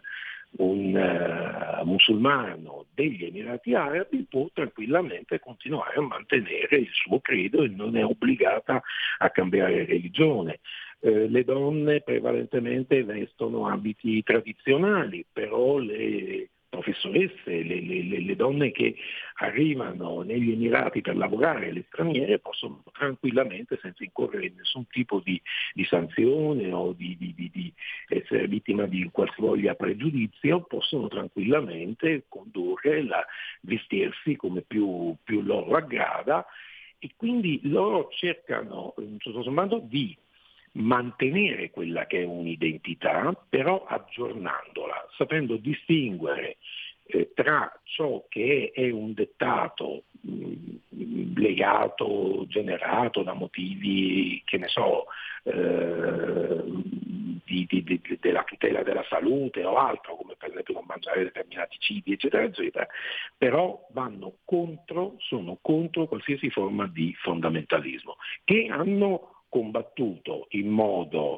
musulmano degli Emirati Arabi può tranquillamente continuare a mantenere il suo credo e non è obbligata a cambiare religione. Le donne prevalentemente vestono abiti tradizionali, però le professoresse, le donne che arrivano negli Emirati per lavorare, le straniere, possono tranquillamente, senza incorrere in nessun tipo di sanzione o di essere vittima di qualsivoglia pregiudizio, possono tranquillamente vestirsi come più loro aggrada, e quindi loro cercano tutto sommato di mantenere quella che è un'identità, però aggiornandola, sapendo distinguere tra ciò che è un dettato legato, generato da motivi, che ne so, della tutela della salute o altro, come per esempio non mangiare determinati cibi, eccetera, eccetera, però sono contro qualsiasi forma di fondamentalismo, che hanno combattuto in modo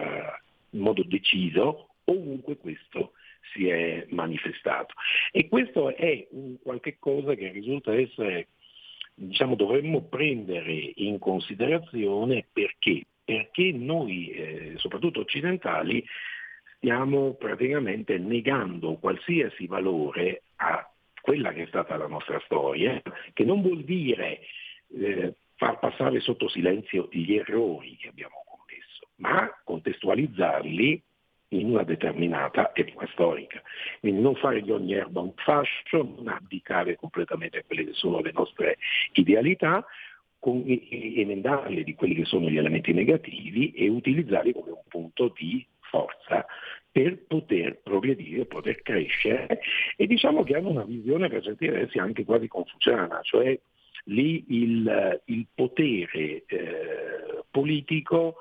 deciso ovunque questo si è manifestato. E questo è un qualche cosa che risulta essere, dovremmo prendere in considerazione. Perché noi, soprattutto occidentali, stiamo praticamente negando qualsiasi valore a quella che è stata la nostra storia, che non vuol dire far passare sotto silenzio gli errori che abbiamo commesso, ma contestualizzarli in una determinata epoca storica. Quindi non fare di ogni erba un fascio, non abdicare completamente a quelle che sono le nostre idealità, emendarle di quelli che sono gli elementi negativi e utilizzarli come un punto di forza per poter progredire, poter crescere. E diciamo che hanno una visione, per certi versi, anche quasi confuciana, cioè lì il potere politico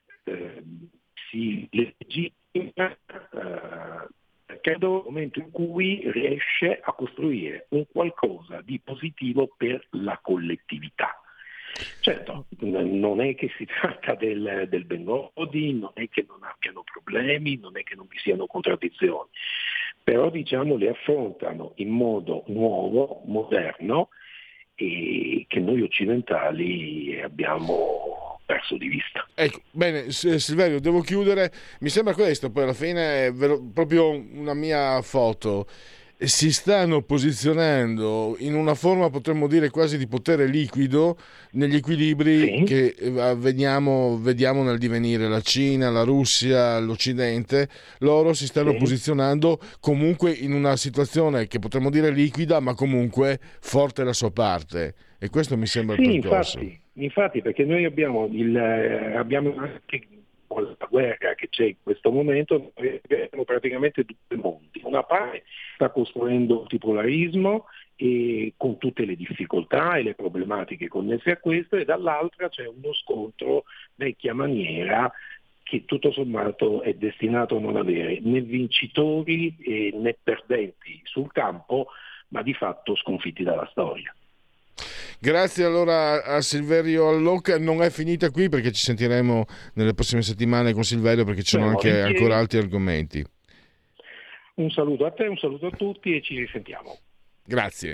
si legittima credo nel momento in cui riesce a costruire un qualcosa di positivo per la collettività. Certo, non è che si tratta del Benodi, non è che non abbiano problemi, non è che non vi siano contraddizioni, però diciamo le affrontano in modo nuovo, moderno, e che noi occidentali abbiamo perso di vista. Ecco, bene, Silverio, devo chiudere. Mi sembra questo, poi alla fine è proprio una mia foto. Si stanno posizionando in una forma, potremmo dire, quasi di potere liquido negli equilibri che vediamo nel divenire. La Cina, la Russia, l'Occidente, loro si stanno posizionando comunque in una situazione che potremmo dire liquida, ma comunque forte la sua parte. E questo mi sembra il percorso. Infatti, perché noi abbiamo anche con la guerra che c'è in questo momento, abbiamo praticamente due mondi. Una parte sta costruendo il multipolarismo e con tutte le difficoltà e le problematiche connesse a questo, e dall'altra c'è uno scontro vecchia maniera che tutto sommato è destinato a non avere né vincitori né perdenti sul campo, ma di fatto sconfitti dalla storia. Grazie allora a Silverio Allocca. Non è finita qui, perché ci sentiremo nelle prossime settimane con Silverio, perché ci sono anche ancora altri argomenti. Un saluto a te, un saluto a tutti e ci risentiamo. Grazie.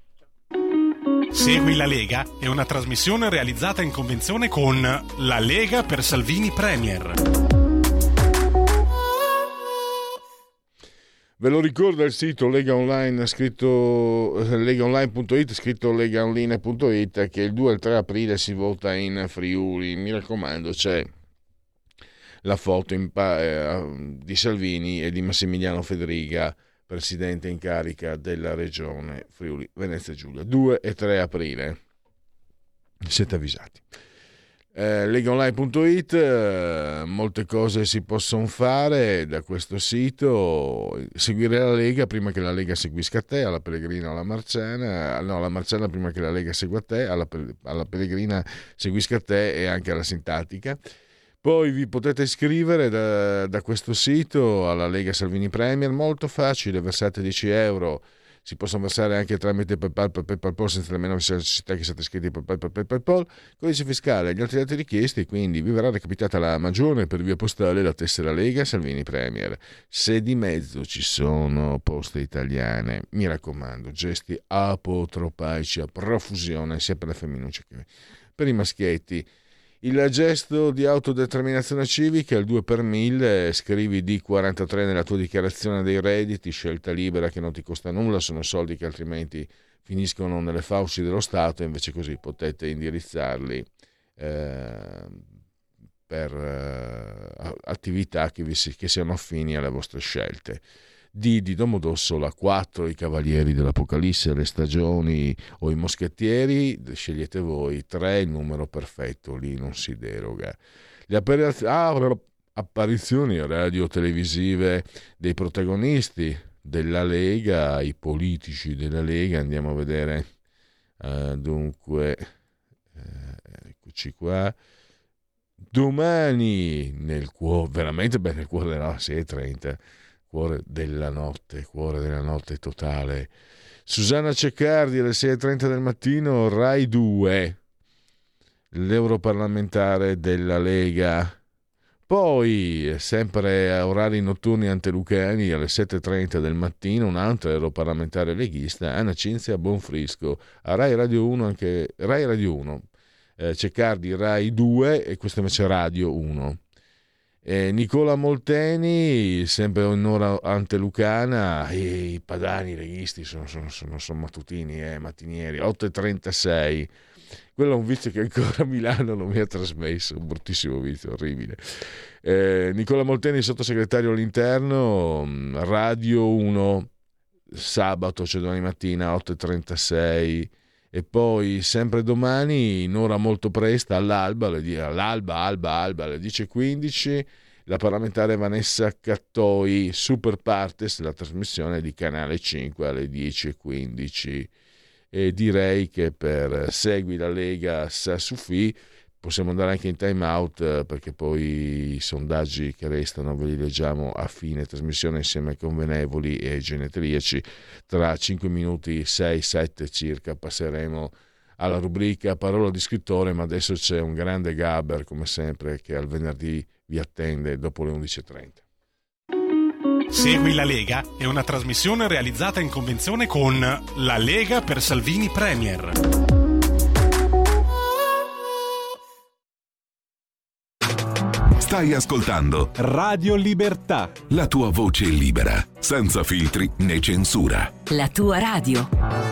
Segui la Lega è una trasmissione realizzata in convenzione con La Lega per Salvini Premier. Ve lo ricorda il sito Lega Online, scritto legaonline.it, scritto legaonline.it, che il 2 e il 3 aprile si vota in Friuli. Mi raccomando, c'è la foto di Salvini e di Massimiliano Fedriga, presidente in carica della regione Friuli Venezia Giulia. 2 e 3 aprile. Siete avvisati. Legaonline.it, molte cose si possono fare da questo sito. Seguire la Lega prima che la Lega seguisca te, alla Pellegrina o alla Marciana, no, alla Marciana prima che la Lega segua te, alla Pellegrina seguisca te e anche alla Sintattica. Poi vi potete iscrivere da questo sito alla Lega Salvini Premier, molto facile, versate 10 euro. Si possono versare anche tramite PayPal senza nemmeno necessità che siate iscritti PayPal, codice fiscale e gli altri dati richiesti. Quindi vi verrà recapitata la magione per via postale la tessera Lega Salvini Premier. Se di mezzo ci sono poste italiane, mi raccomando, gesti apotropaici a profusione sia per le femminucce che per i maschietti. Il gesto di autodeterminazione civica, il 2 per 1000, scrivi D43 nella tua dichiarazione dei redditi, scelta libera che non ti costa nulla, sono soldi che altrimenti finiscono nelle fauci dello Stato, invece così potete indirizzarli per attività che siano affini alle vostre scelte. D di Domodossola, 4 i Cavalieri dell'Apocalisse, le stagioni o i Moschettieri, scegliete voi. 3 il numero perfetto, lì non si deroga. Le apparizioni radio-televisive dei protagonisti della Lega, i politici della Lega, andiamo a vedere. Dunque, eccoci qua. Domani nel cuore, veramente bene, nel cuore della 6:30. Cuore della notte totale. Susanna Ceccardi alle 6:30 del mattino, Rai 2, l'europarlamentare della Lega. Poi, sempre a orari notturni antelucani, alle 7:30 del mattino, un'altra europarlamentare leghista, Anna Cinzia Bonfrisco, a Rai Radio 1, anche Rai Radio 1, Ceccardi Rai 2 e questo invece Radio 1. Nicola Molteni, sempre un'ora antelucana, e i padani leghisti sono mattutini, mattinieri, 8:36. Quello è un vizio che ancora Milano non mi ha trasmesso, un bruttissimo vizio, orribile. Nicola Molteni, sottosegretario all'interno, Radio 1, sabato, cioè domani mattina, 8:36. E poi sempre domani, in ora molto presta, all'alba alle 10:15, la parlamentare Vanessa Cattoi, Super Partes, la trasmissione di Canale 5 alle 10:15. E direi che per Segui la Lega Sassufi possiamo andare anche in time out, perché poi i sondaggi che restano ve li leggiamo a fine trasmissione insieme ai convenevoli e ai genetriaci. Tra 5 minuti, 6-7 circa, passeremo alla rubrica Parola di scrittore, ma adesso c'è un grande gabber come sempre che al venerdì vi attende dopo le 11.30. Segui la Lega è una trasmissione realizzata in convenzione con La Lega per Salvini Premier. Stai ascoltando Radio Libertà, la tua voce libera, senza filtri né censura. La tua radio.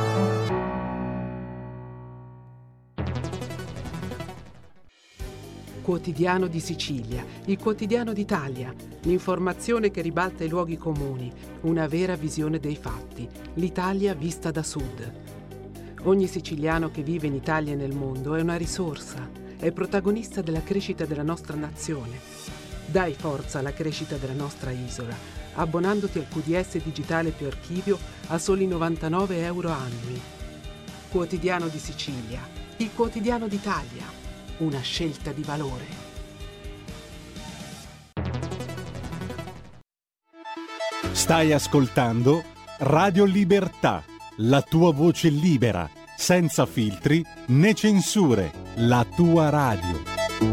Quotidiano di Sicilia, il quotidiano d'Italia, l'informazione che ribalta i luoghi comuni, una vera visione dei fatti, l'Italia vista da sud. Ogni siciliano che vive in Italia e nel mondo è una risorsa, è protagonista della crescita della nostra nazione. Dai forza alla crescita della nostra isola, abbonandoti al QDS digitale più archivio a soli 99 euro annui. Quotidiano di Sicilia, il quotidiano d'Italia. Una scelta di valore. stai ascoltando Radio Libertà, la tua voce libera, senza filtri né censure, la tua radio.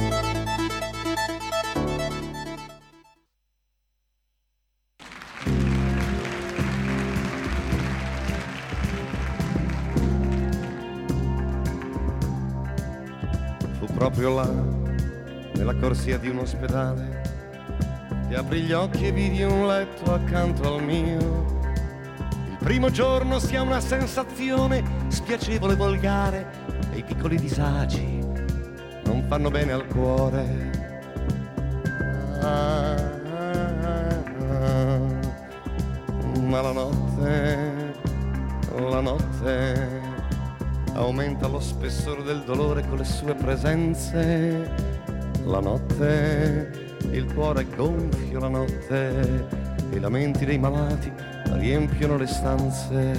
Proprio là, nella corsia di un ospedale, che apri gli occhi e vidi un letto accanto al mio. Il primo giorno si ha una sensazione spiacevole e volgare, e i piccoli disagi non fanno bene al cuore. Ma la notte aumenta lo spessore del dolore con le sue presenze. La notte, il cuore è gonfio, la notte, e i lamenti dei malati riempiono le stanze.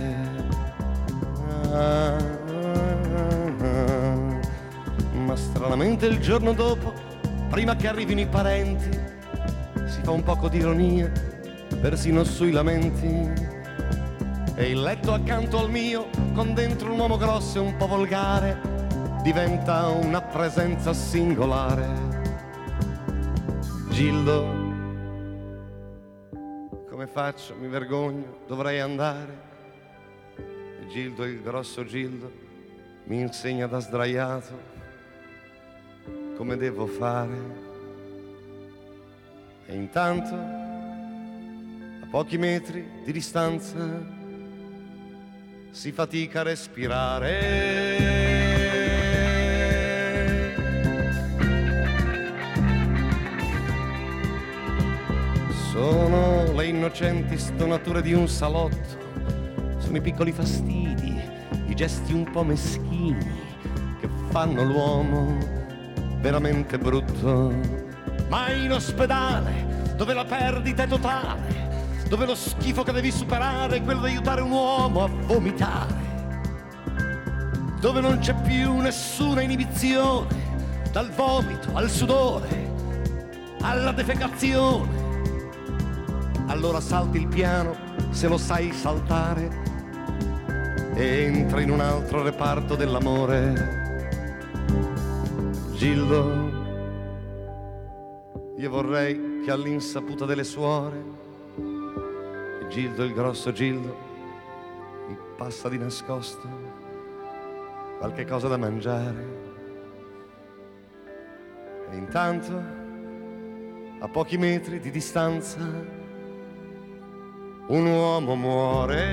Ma stranamente il giorno dopo, prima che arrivino i parenti, si fa un poco di ironia, persino sui lamenti. E il letto accanto al mio, con dentro un uomo grosso e un po' volgare, diventa una presenza singolare. Gildo, come faccio? Mi vergogno, dovrei andare. E Gildo, il grosso Gildo, mi insegna da sdraiato come devo fare. E intanto, a pochi metri di distanza, si fatica a respirare. Sono le innocenti stonature di un salotto, sono i piccoli fastidi, i gesti un po' meschini che fanno l'uomo veramente brutto. Ma in ospedale, dove la perdita è totale, dove lo schifo che devi superare è quello di aiutare un uomo a vomitare, dove non c'è più nessuna inibizione, dal vomito al sudore, alla defecazione, allora salti il piano se lo sai saltare e entri in un altro reparto dell'amore. Gildo, io vorrei che all'insaputa delle suore Gildo, il grosso Gildo, mi passa di nascosto qualche cosa da mangiare. E intanto, a pochi metri di distanza, un uomo muore.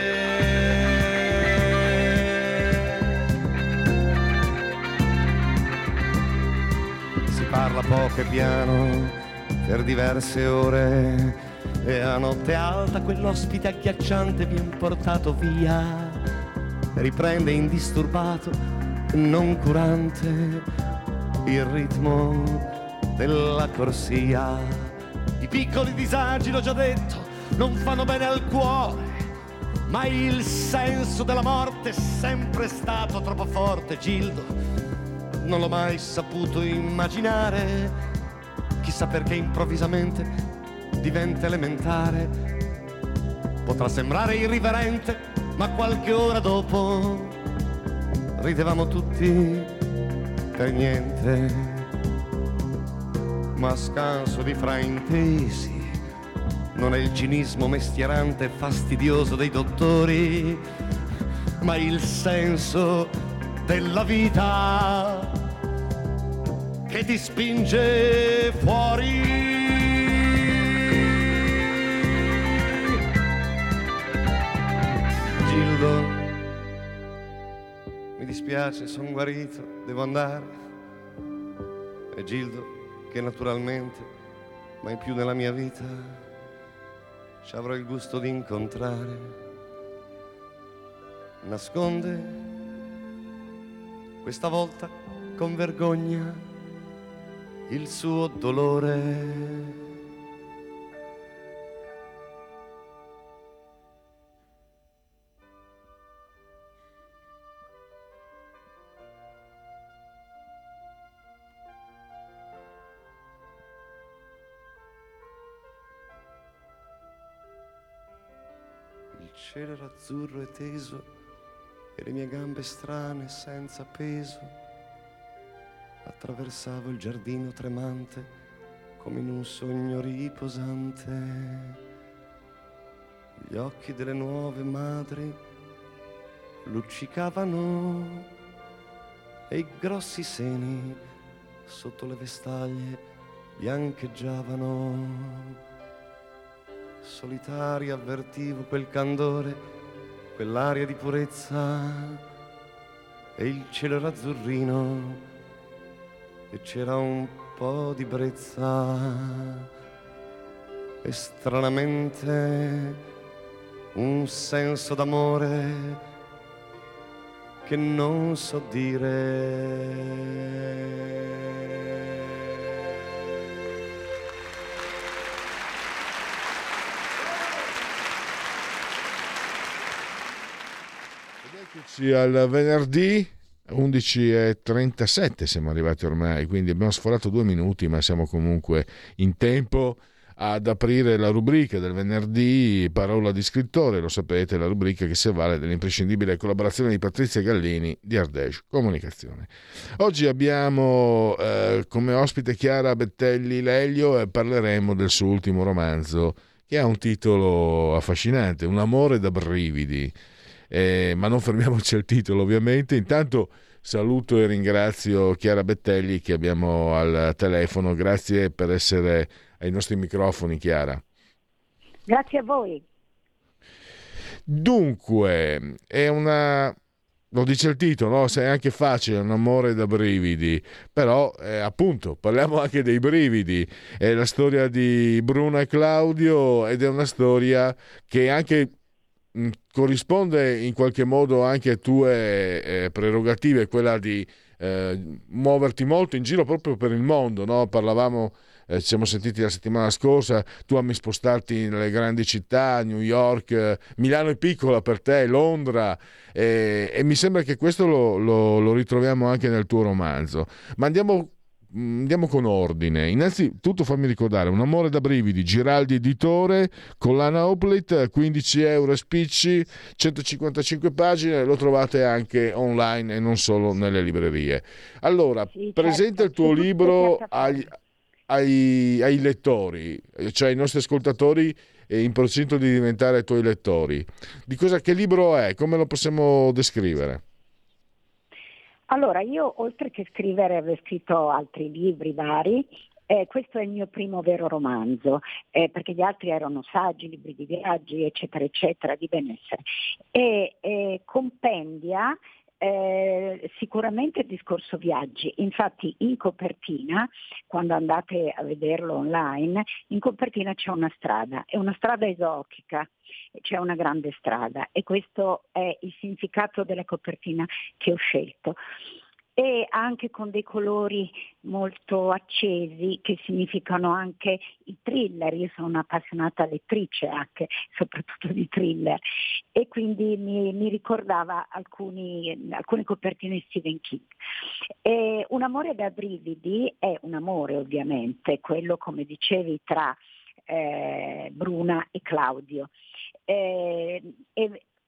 Si parla poco e piano per diverse ore, e a notte alta quell'ospite agghiacciante viene portato via, riprende indisturbato, non curante, il ritmo della corsia. I piccoli disagi, l'ho già detto, non fanno bene al cuore, ma il senso della morte è sempre stato troppo forte. Gildo, non l'ho mai saputo immaginare, chissà perché improvvisamente diventa elementare. Potrà sembrare irriverente, ma qualche ora dopo ridevamo tutti per niente, ma a scanso di fraintesi non è il cinismo mestierante e fastidioso dei dottori, ma il senso della vita che ti spinge fuori. Gildo, mi dispiace, sono guarito, devo andare. E Gildo, che naturalmente mai più nella mia vita ci avrò il gusto di incontrare, nasconde questa volta con vergogna il suo dolore. Il cielo era azzurro e teso e le mie gambe strane senza peso. Attraversavo il giardino tremante come in un sogno riposante. Gli occhi delle nuove madri luccicavano e i grossi seni sotto le vestaglie biancheggiavano. Solitario avvertivo quel candore, quell'aria di purezza, e il cielo era azzurrino e c'era un po' di brezza, e stranamente un senso d'amore che non so dire. Al venerdì 11:37 siamo arrivati ormai, quindi abbiamo sforato 2 minuti, ma siamo comunque in tempo ad aprire la rubrica del venerdì Parola di scrittore. Lo sapete, la rubrica che si avvale dell'imprescindibile collaborazione di Patrizia Gallini di Ardèche Comunicazione. Oggi abbiamo come ospite Chiara Bettelli Lelio e parleremo del suo ultimo romanzo, che ha un titolo affascinante, Un amore da brividi. Ma non fermiamoci al titolo, ovviamente. Intanto saluto e ringrazio Chiara Bettelli, che abbiamo al telefono. Grazie per essere ai nostri microfoni, Chiara. Grazie a voi. Dunque, è una... lo dice il titolo, no? Se è anche facile, Un amore da brividi, però appunto parliamo anche dei brividi. È la storia di Bruna e Claudio, ed è una storia che anche corrisponde in qualche modo anche a tue prerogative, quella di muoverti molto in giro proprio per il mondo, no? Parlavamo, ci siamo sentiti la settimana scorsa, tu ami spostarti nelle grandi città, New York, Milano è piccola per te, Londra, e mi sembra che questo lo ritroviamo anche nel tuo romanzo. Ma andiamo con ordine. Innanzitutto fammi ricordare Un amore da brividi, Giraldi editore, collana Oplit, 15 euro spicci, 155 pagine, lo trovate anche online e non solo nelle librerie. Allora, sì, presenta il tuo libro ai lettori, cioè ai nostri ascoltatori in procinto di diventare tuoi lettori. Che libro è? Come lo possiamo descrivere? Allora, io oltre che scrivere avevo scritto altri libri vari, questo è il mio primo vero romanzo, perché gli altri erano saggi, libri di viaggi, eccetera, eccetera, di benessere. E compendia sicuramente il discorso viaggi. Infatti in copertina, quando andate a vederlo online, in copertina c'è una strada, è una strada esotica, c'è una grande strada, e questo è il significato della copertina che ho scelto. E anche con dei colori molto accesi che significano anche i thriller. Io sono un'appassionata lettrice anche, soprattutto di thriller, e quindi mi ricordava alcune copertine di Stephen King. E Un amore da brividi è un amore, ovviamente, quello, come dicevi, tra Bruna e Claudio. E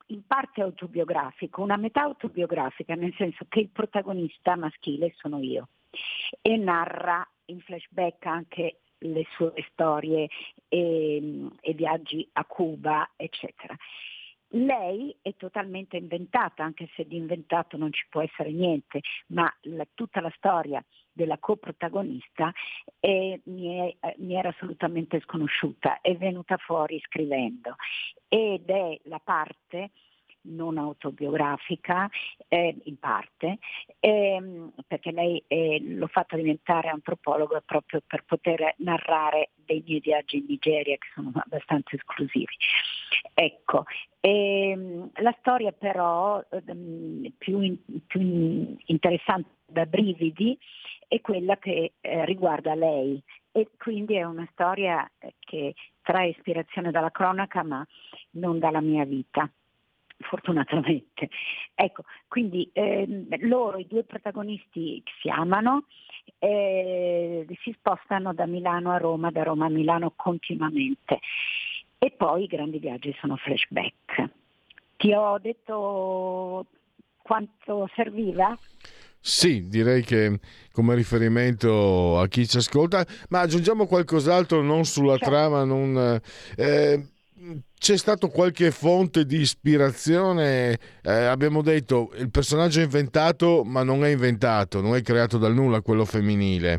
in parte autobiografico, una metà autobiografica, nel senso che il protagonista maschile sono io e narra in flashback anche le sue storie e viaggi a Cuba, eccetera. Lei è totalmente inventata, anche se di inventato non ci può essere niente, ma tutta la storia della coprotagonista mi era assolutamente sconosciuta, è venuta fuori scrivendo ed è la parte non autobiografica, in parte, perché lei l'ho fatta diventare antropologa proprio per poter narrare dei miei viaggi in Nigeria che sono abbastanza esclusivi. Ecco, la storia però più interessante da brividi è quella che riguarda lei e quindi è una storia che trae ispirazione dalla cronaca ma non dalla mia vita. Fortunatamente. Ecco, quindi loro, i due protagonisti, si amano, si spostano da Milano a Roma, da Roma a Milano continuamente e poi i grandi viaggi sono flashback. Ti ho detto quanto serviva? Sì, direi che come riferimento a chi ci ascolta, ma aggiungiamo qualcos'altro non sulla trama, non... c'è stato qualche fonte di ispirazione? Abbiamo detto il personaggio è inventato, ma non è inventato, non è creato dal nulla quello femminile.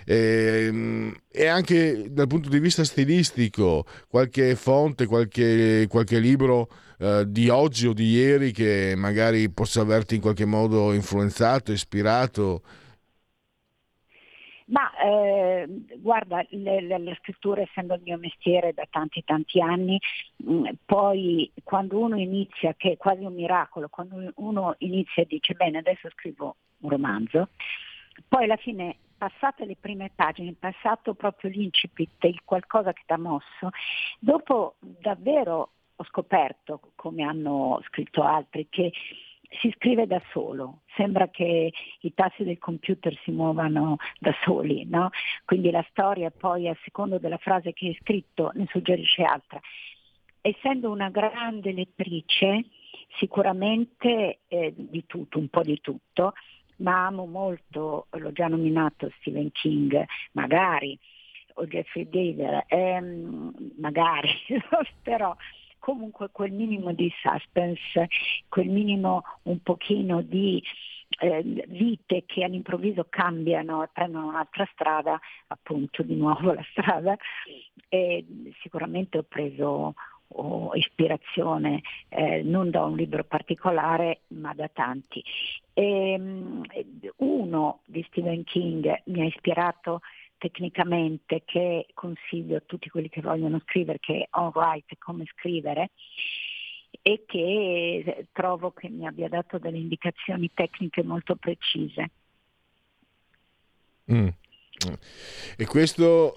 E anche dal punto di vista stilistico, qualche fonte, qualche libro di oggi o di ieri che magari possa averti in qualche modo influenzato, ispirato? Ma guarda, la scrittura essendo il mio mestiere da tanti anni, poi quando uno inizia, che è quasi un miracolo, quando uno inizia e dice bene adesso scrivo un romanzo, poi alla fine passate le prime pagine, passato proprio l'incipit, il qualcosa che ti ha mosso, dopo davvero ho scoperto, come hanno scritto altri, che si scrive da solo, sembra che i tasti del computer si muovano da soli, no? Quindi la storia poi a secondo della frase che hai scritto ne suggerisce altra. Essendo una grande lettrice, sicuramente di tutto, un po' di tutto, ma amo molto, l'ho già nominato, Stephen King, magari, o Jeffrey Deaver, magari, però comunque quel minimo di suspense, quel minimo un pochino di vite che all'improvviso cambiano e prendono un'altra strada, appunto di nuovo la strada, e sicuramente ho preso ispirazione non da un libro particolare ma da tanti. Uno di Stephen King mi ha ispirato tecnicamente, che consiglio a tutti quelli che vogliono scrivere, che è On Write, come scrivere, e che trovo che mi abbia dato delle indicazioni tecniche molto precise. E questo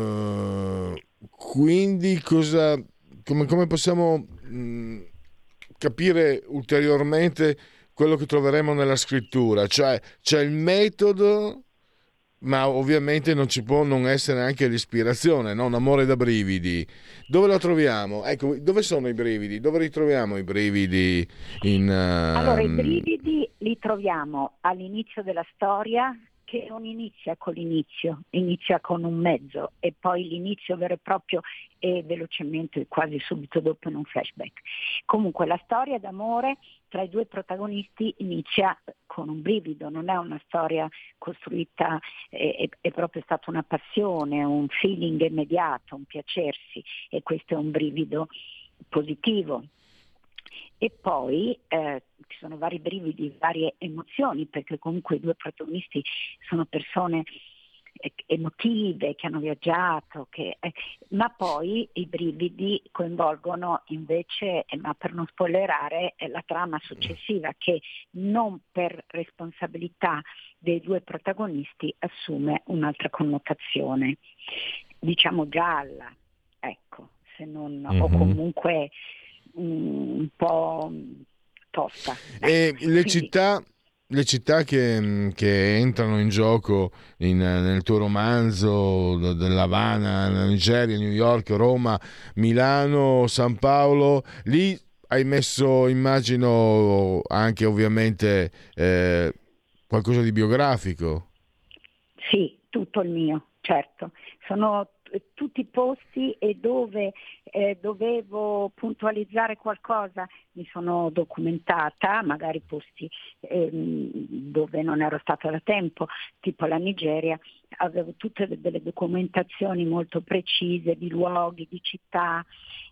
quindi come possiamo capire ulteriormente quello che troveremo nella scrittura? Cioè c'è il metodo, ma ovviamente non ci può non essere anche l'ispirazione, no? Un amore da brividi. Dove lo troviamo? Ecco, dove sono i brividi? Dove ritroviamo i brividi? Allora, i brividi li troviamo all'inizio della storia, che non inizia con l'inizio, inizia con un mezzo e poi l'inizio vero e proprio e velocemente, quasi subito dopo, in un flashback. Comunque la storia d'amore tra i due protagonisti inizia con un brivido, non è una storia costruita, è proprio stata una passione, un feeling immediato, un piacersi, e questo è un brivido positivo. E poi ci sono vari brividi, varie emozioni, perché comunque i due protagonisti sono persone emotive, che hanno viaggiato, ma poi i brividi coinvolgono invece, ma per non spoilerare, la trama successiva, che non per responsabilità dei due protagonisti assume un'altra connotazione, diciamo gialla, ecco, se non, o comunque un po' tosta. E le città che entrano in gioco nel tuo romanzo, dell'Havana, Nigeria, New York, Roma, Milano, San Paolo, lì hai messo, immagino, anche ovviamente qualcosa di biografico. Sì, tutto il mio, certo. Sono tutti posti e dove dovevo puntualizzare qualcosa mi sono documentata, magari posti dove non ero stata da tempo, tipo la Nigeria, avevo tutte delle documentazioni molto precise di luoghi, di città,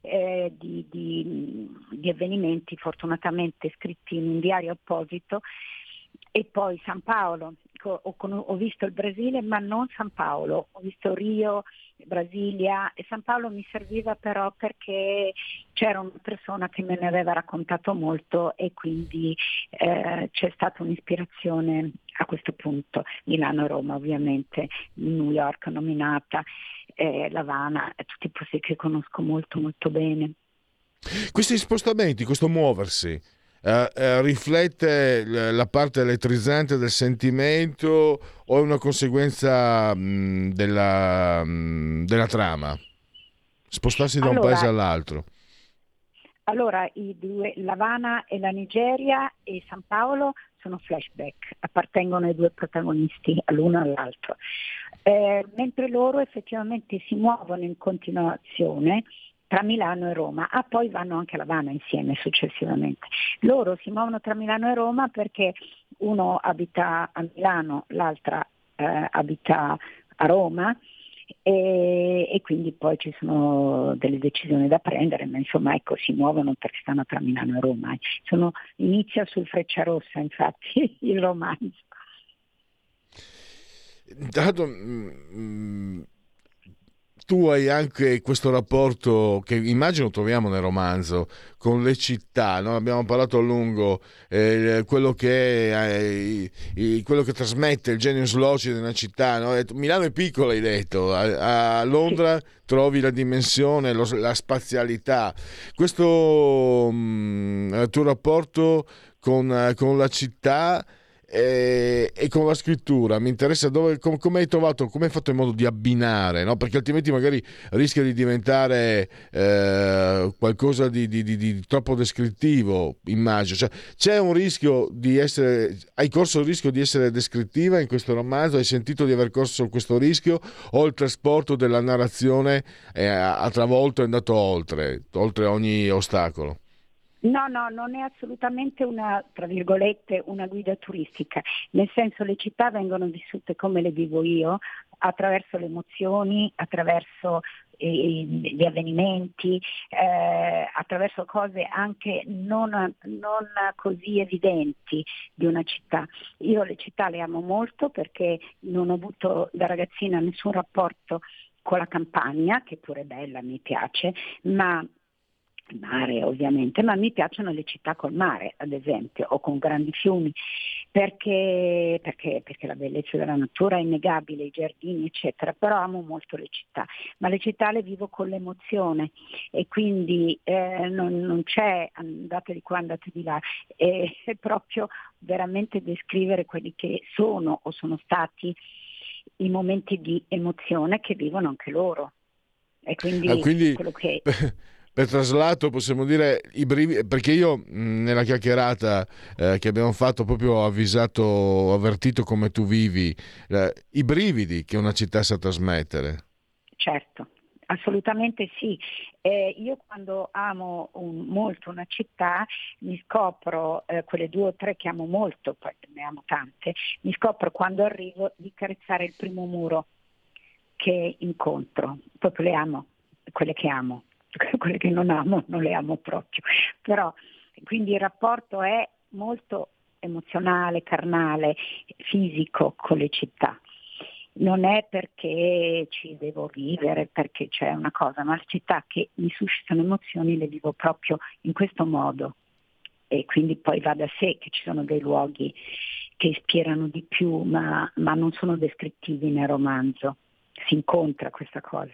di avvenimenti fortunatamente scritti in un diario apposito. E poi San Paolo, ho visto il Brasile ma non San Paolo, ho visto Rio, Brasilia, e San Paolo mi serviva però perché c'era una persona che me ne aveva raccontato molto e quindi c'è stata un'ispirazione a questo punto. Milano e Roma ovviamente, New York nominata, L'Havana, tutti i posti che conosco molto molto bene. Questi spostamenti, questo muoversi, riflette la parte elettrizzante del sentimento o è una conseguenza della trama? Spostarsi da un paese all'altro? Allora, i due, l'Havana e la Nigeria e San Paolo sono flashback, appartengono ai due protagonisti, all'uno e all'altro. Mentre loro effettivamente si muovono in continuazione tra Milano e Roma, poi vanno anche a L'Havana insieme successivamente. Loro si muovono tra Milano e Roma perché uno abita a Milano, l'altra abita a Roma e quindi poi ci sono delle decisioni da prendere, ma insomma ecco, si muovono perché stanno tra Milano e Roma. Inizia sul Frecciarossa infatti il romanzo. Dato, tu hai anche questo rapporto che immagino troviamo nel romanzo con le città, no? Abbiamo parlato a lungo, quello che trasmette il genius loci di una città, no? Milano è piccola, hai detto, a Londra trovi la dimensione, la spazialità. Questo tuo rapporto con la città e con la scrittura mi interessa, come hai trovato, come hai fatto in modo di abbinare, no? Perché altrimenti magari rischia di diventare qualcosa di troppo descrittivo, immagino. Cioè, c'è un rischio hai corso il rischio di essere descrittiva in questo romanzo? Hai sentito di aver corso questo rischio o il trasporto della narrazione ha travolto e è andato oltre ogni ostacolo? No, non è assolutamente tra virgolette, una guida turistica, nel senso le città vengono vissute come le vivo io, attraverso le emozioni, attraverso gli avvenimenti, attraverso cose anche non così evidenti di una città. Io le città le amo molto perché non ho avuto da ragazzina nessun rapporto con la campagna, che pure è bella, mi piace, ma mare ovviamente, ma mi piacciono le città col mare, ad esempio, o con grandi fiumi, perché la bellezza della natura è innegabile, i giardini eccetera, però amo molto le città, ma le città le vivo con l'emozione e quindi non c'è andate di qua, andate di là, è proprio veramente descrivere quelli che sono o sono stati i momenti di emozione che vivono anche loro. E quindi quello che... Per traslato possiamo dire i brividi, perché io nella chiacchierata che abbiamo fatto proprio ho avvertito come tu vivi, i brividi che una città sa trasmettere. Certo, assolutamente sì. Io quando amo molto una città mi scopro, quelle 2 o 3 che amo molto, poi ne amo tante, mi scopro quando arrivo di carezzare il primo muro che incontro, proprio le amo, quelle che amo. Quelle che non amo non le amo proprio, però quindi il rapporto è molto emozionale, carnale, fisico con le città. Non è perché ci devo vivere, perché c'è una cosa, ma le città che mi suscitano emozioni le vivo proprio in questo modo e quindi poi va da sé che ci sono dei luoghi che ispirano di più, ma non sono descrittivi nel romanzo. Si incontra questa cosa.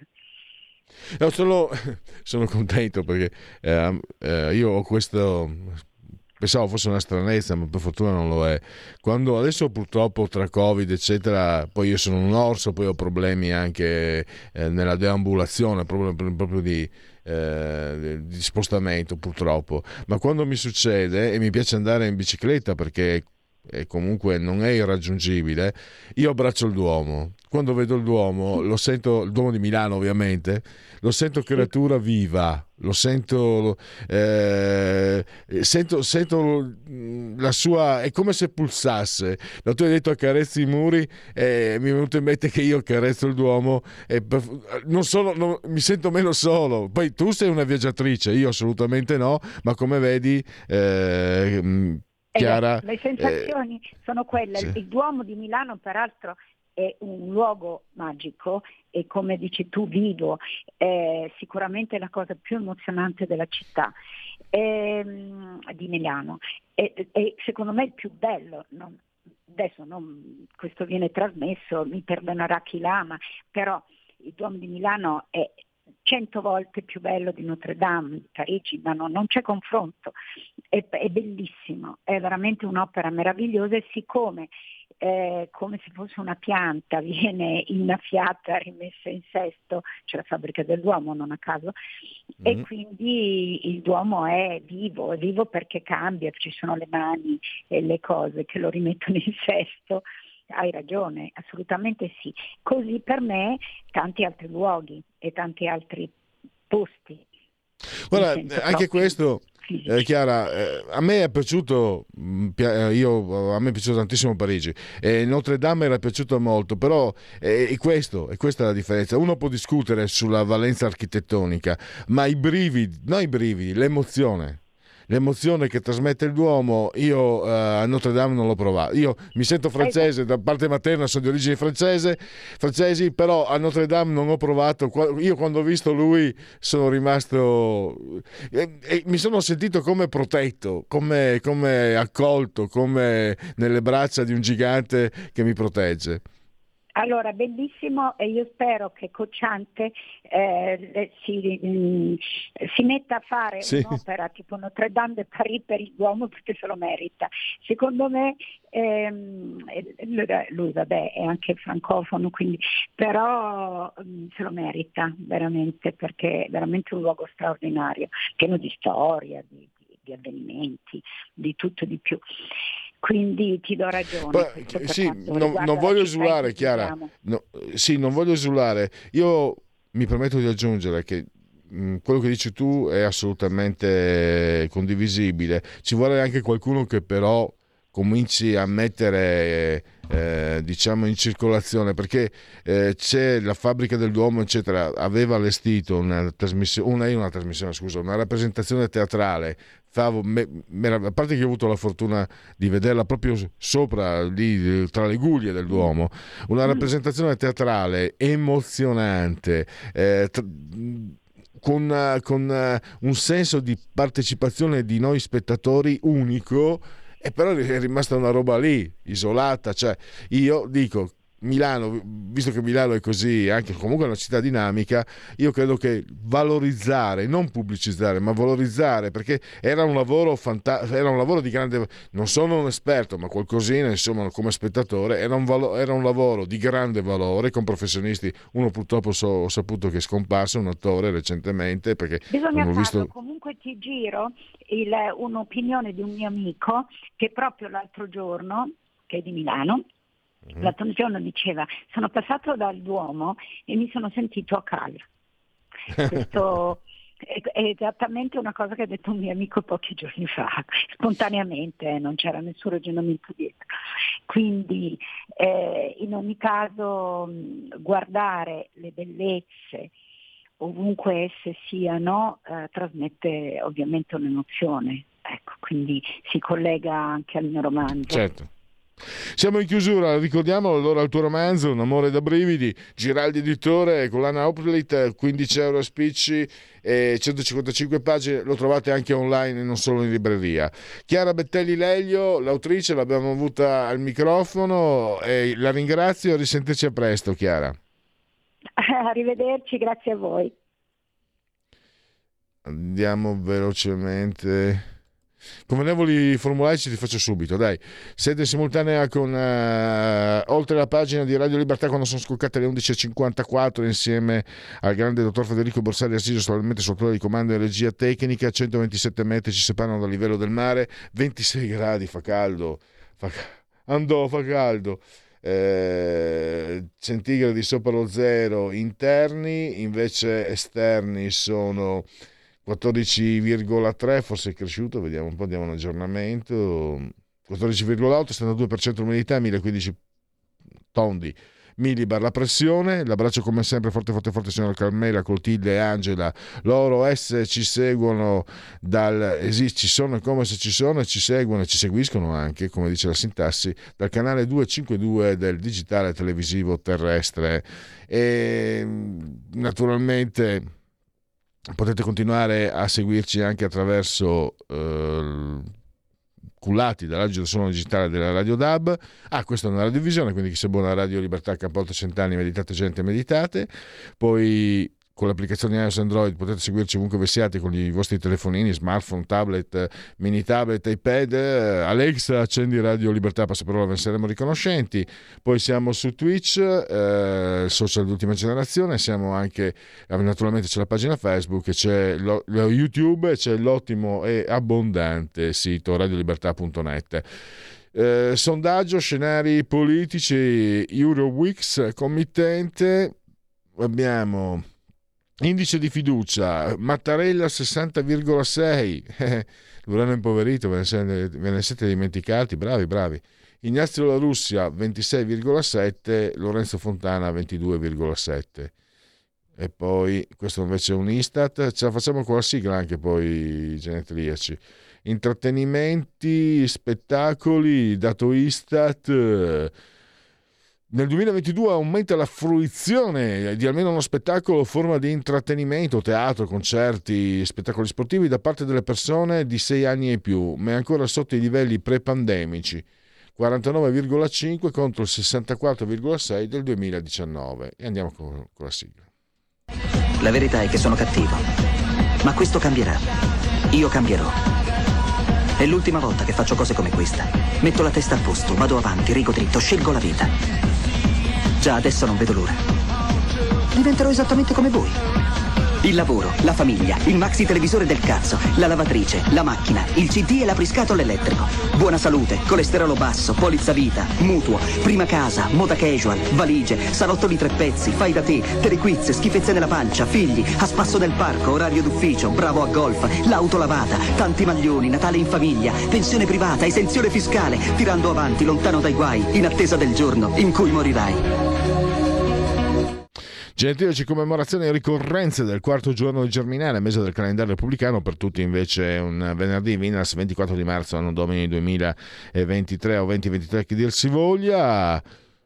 No, sono contento perché io ho questo, pensavo fosse una stranezza, ma per fortuna non lo è. Quando adesso purtroppo tra Covid eccetera, poi io sono un orso, poi ho problemi anche nella deambulazione, proprio di di spostamento purtroppo, ma quando mi succede, e mi piace andare in bicicletta perché comunque non è irraggiungibile, io abbraccio il Duomo. Quando vedo il Duomo, lo sento, il Duomo di Milano ovviamente, lo sento creatura viva, lo sento, sento la sua, è come se pulsasse. Tu hai detto accarezzi i muri, mi è venuto in mente che io accarezzo il Duomo e mi sento meno solo. Poi tu sei una viaggiatrice, io assolutamente no, ma come vedi Chiara, le sensazioni sono quelle. Sì. Il Duomo di Milano peraltro è un luogo magico e, come dici tu, vivo, è sicuramente la cosa più emozionante della città di Milano e secondo me il più bello. Adesso questo viene trasmesso, mi perdonerà chi l'ama, però il Duomo di Milano è 100 volte più bello di Notre Dame di Parigi, ma non c'è confronto, è bellissimo, è veramente un'opera meravigliosa e siccome come se fosse una pianta viene innaffiata, rimessa in sesto, c'è la fabbrica del Duomo non a caso, e quindi il Duomo è vivo perché cambia, ci sono le mani e le cose che lo rimettono in sesto. Hai ragione, assolutamente sì. Così per me tanti altri luoghi e tanti altri posti. Guarda, anche questo, Chiara, a me è piaciuto, a me è piaciuto tantissimo Parigi, Notre Dame era piaciuto molto, però è questa è la differenza. Uno può discutere sulla valenza architettonica, ma l'emozione che trasmette il Duomo, io a Notre Dame non l'ho provato. Io mi sento francese, da parte materna sono di origini francesi, però a Notre Dame non ho provato. Io quando ho visto lui sono rimasto e mi sono sentito come protetto, come accolto, come nelle braccia di un gigante che mi protegge. Allora, bellissimo, e io spero che Cocciante si metta a fare un'opera tipo Notre Dame de Paris per il Duomo, perché se lo merita. Secondo me lui vabbè è anche francofono, quindi però se lo merita veramente, perché è veramente un luogo straordinario, pieno di storia, di avvenimenti, di tutto e di più. Quindi ti do ragione. Non voglio esulare, Chiara. Non voglio esulare. Io mi permetto di aggiungere che quello che dici tu è assolutamente condivisibile. Ci vuole anche qualcuno che però cominci a mettere diciamo in circolazione, perché c'è la fabbrica del Duomo eccetera, aveva allestito una rappresentazione teatrale. A parte che ho avuto la fortuna di vederla proprio sopra lì tra le guglie del Duomo, una rappresentazione teatrale emozionante, con un senso di partecipazione di noi spettatori unico. E però è rimasta una roba lì, isolata. Cioè, io dico, Milano, visto che Milano è così, anche comunque è una città dinamica, io credo che valorizzare, non pubblicizzare, ma valorizzare, perché era un lavoro era un lavoro di grande, non sono un esperto, ma qualcosina, insomma, come spettatore, era un lavoro di grande valore, con professionisti. Uno purtroppo ho saputo che è scomparso, un attore recentemente, perché bisogna non ho visto... Comunque ti giro un'opinione di un mio amico che proprio l'altro giorno, che è di Milano, l'altro giorno diceva: sono passato dal Duomo e mi sono sentito a casa. Questo è esattamente una cosa che ha detto un mio amico pochi giorni fa, spontaneamente, non c'era nessun ragionamento dietro. Quindi in ogni caso guardare le bellezze ovunque esse siano trasmette ovviamente un'emozione, ecco, quindi si collega anche al mio romanzo. Certo. Siamo in chiusura, ricordiamo allora il tuo romanzo Un amore da brividi, Giraldi editore, collana Oplit, 15 euro a spicci e 155 pagine, lo trovate anche online e non solo in libreria. Chiara Bettelli Lelio, l'autrice, l'abbiamo avuta al microfono e la ringrazio, a risentirci a presto, Chiara. Arrivederci, grazie a voi. Andiamo velocemente. Convenevoli formulaici ti faccio subito, dai. Siete in simultanea con oltre la pagina di Radio Libertà quando sono scoccate le 11.54 insieme al grande dottor Federico Borsari assiso solamente sul plano di comando e regia tecnica. 127 metri ci separano dal livello del mare, 26 gradi, fa caldo, fa caldo. Centigradi sopra lo zero interni, invece esterni sono 14,3, forse è cresciuto, vediamo un po', diamo un aggiornamento, 14,8, 72% l'umidità, 1015 tondi millibar la pressione. L'abbraccio come sempre forte signora Carmela, Clotilde e Angela, loro ci seguono ci sono come se ci sono e ci seguono e ci seguiscono anche, come dice la sintassi, dal canale 252 del digitale televisivo terrestre. E naturalmente potete continuare a seguirci anche attraverso cullati dall'agio del suono digitale della Radio DAB. Questa è una radiovisione, quindi chi sia buona Radio Libertà, Campolto Cent'anni, meditate gente, meditate. Poi con l'applicazione iOS Android potete seguirci ovunque vi siate con i vostri telefonini, smartphone, tablet, mini tablet, iPad. Alexa, accendi Radio Libertà, passaparola, ve ne saremo riconoscenti. Poi siamo su Twitch, social d'ultima generazione, siamo anche, naturalmente c'è la pagina Facebook, c'è lo YouTube e c'è l'ottimo e abbondante sito radiolibertà.net. Sondaggio, scenari politici, Eurowix, committente, abbiamo indice di fiducia, Mattarella 60,6, l'uranio impoverito, ve ne siete dimenticati, bravi. Ignazio La Russia 26,7, Lorenzo Fontana 22,7. E poi questo invece è un Istat, ce la facciamo con la sigla anche poi genetriaci. Intrattenimenti, spettacoli, dato Istat. Nel 2022 aumenta la fruizione di almeno uno spettacolo o forma di intrattenimento, teatro, concerti, spettacoli sportivi da parte delle persone di 6 anni e più, ma è ancora sotto i livelli pre-pandemici, 49,5 contro il 64,6 del 2019. E andiamo con la sigla. La verità è che sono cattivo, ma questo cambierà. Io cambierò. È l'ultima volta che faccio cose come questa. Metto la testa a posto, vado avanti, rigo dritto, scelgo la vita. Già adesso non vedo l'ora. Diventerò esattamente come voi. Il lavoro, la famiglia, il maxi televisore del cazzo, la lavatrice, la macchina, il CD e l'apriscatole elettrico. Buona salute, colesterolo basso, polizza vita, mutuo, prima casa, moda casual, valigie, salottoli 3 pezzi, fai da te, telequiz, schifezze nella pancia, figli, a spasso nel parco, orario d'ufficio, bravo a golf, l'auto lavata, tanti maglioni, Natale in famiglia, pensione privata, esenzione fiscale, tirando avanti, lontano dai guai, in attesa del giorno in cui morirai. Gentilici, commemorazione e ricorrenze del 4° giorno di Germinale, mese del calendario repubblicano. Per tutti invece un venerdì, Vinas, 24 di marzo, anno domini 2023 o 2023 che dir si voglia.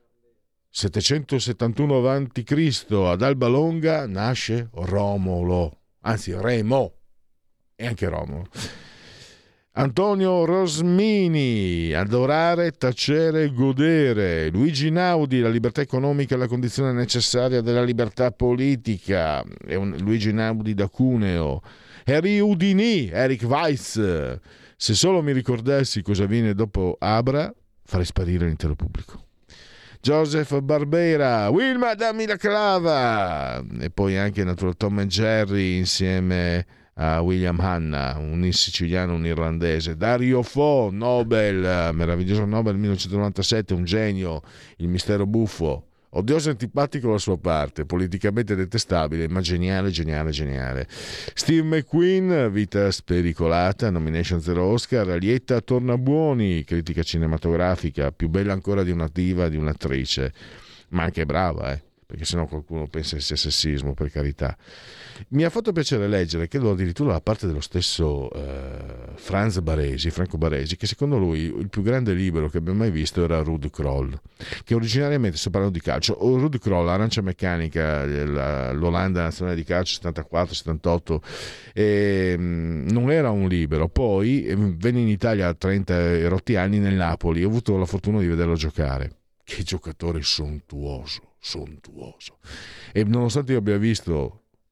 771 a.C. ad Alba Longa nasce Romolo, anzi Remo e anche Romolo. Antonio Rosmini, adorare, tacere, godere. Luigi Naudi, la libertà economica è la condizione necessaria della libertà politica. È un Luigi Naudi da Cuneo. Henri Houdini, Eric Weiss. Se solo mi ricordassi cosa viene dopo Abra, farei sparire l'intero pubblico. Joseph Barbera, Wilma dammi la clava. E poi anche naturalmente Tom and Jerry insieme a William Hanna, un siciliano, un irlandese. Dario Fo, Nobel, meraviglioso Nobel 1997, un genio, il mistero buffo, odioso e antipatico la sua parte, politicamente detestabile, ma geniale. Steve McQueen, vita spericolata, nomination 0 Oscar. Alietta Tornabuoni, critica cinematografica, più bella ancora di una diva, di un'attrice, ma anche brava, perché sennò qualcuno pensa che sia sessismo, per carità. Mi ha fatto piacere leggere, credo addirittura da parte dello stesso Franco Baresi, che secondo lui il più grande libro che abbia mai visto era Ruud Krol, che originariamente, sto parlando di calcio, Ruud Krol, Arancia Meccanica, l'Olanda nazionale di calcio 74-78, non era un libro. Poi venne in Italia a 30 rotti anni nel Napoli, ho avuto la fortuna di vederlo giocare. Che giocatore sontuoso. E nonostante io abbia visto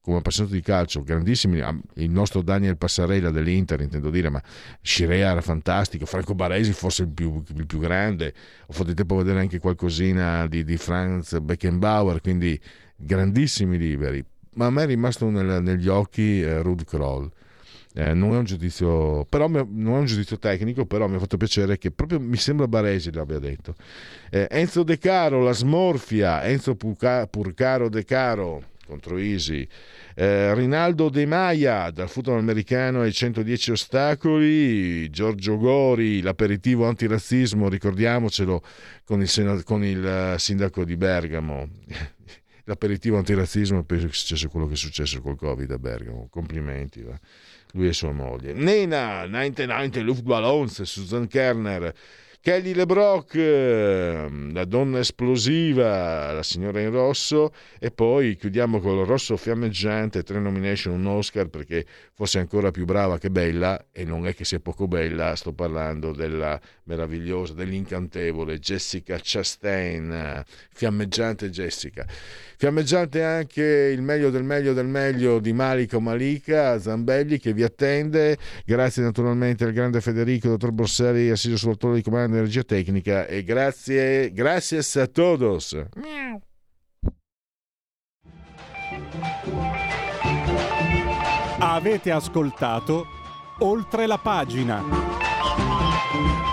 come appassionato di calcio, grandissimi, il nostro Daniel Passarella dell'Inter, intendo dire, ma Scirea era fantastico, Franco Baresi forse il più grande, ho fatto tempo a vedere anche qualcosina di Franz Beckenbauer, quindi grandissimi liberi, ma a me è rimasto negli occhi Ruud Krol. Non è un giudizio, però non è un giudizio tecnico, però mi ha fatto piacere che proprio mi sembra Baresi l'abbia detto. Enzo De Caro, la smorfia, Enzo Purcaro De Caro contro Isi, Rinaldo De Maia dal football americano ai 110 ostacoli, Giorgio Gori, l'aperitivo antirazzismo, ricordiamocelo, con il sindaco di Bergamo. L'aperitivo antirazzismo, penso che sia successo quello che è successo col Covid a Bergamo. Complimenti, va. Lui e sua moglie. Nena, 99 Luftballons, Susan Kerner, Kelly LeBrock, la donna esplosiva, la signora in rosso, e poi chiudiamo con il rosso fiammeggiante, 3 nomination, un Oscar, perché fosse ancora più brava che bella, e non è che sia poco bella, sto parlando della meravigliosa, dell'incantevole Jessica Chastain, fiammeggiante Jessica. Fiammeggiante anche il meglio del meglio del meglio di Malika Zambelli, che vi attende. Grazie naturalmente al grande Federico, dottor Borsari, assiso sul toro di comando di energia tecnica, e gracias a todos. Avete ascoltato Oltre la pagina.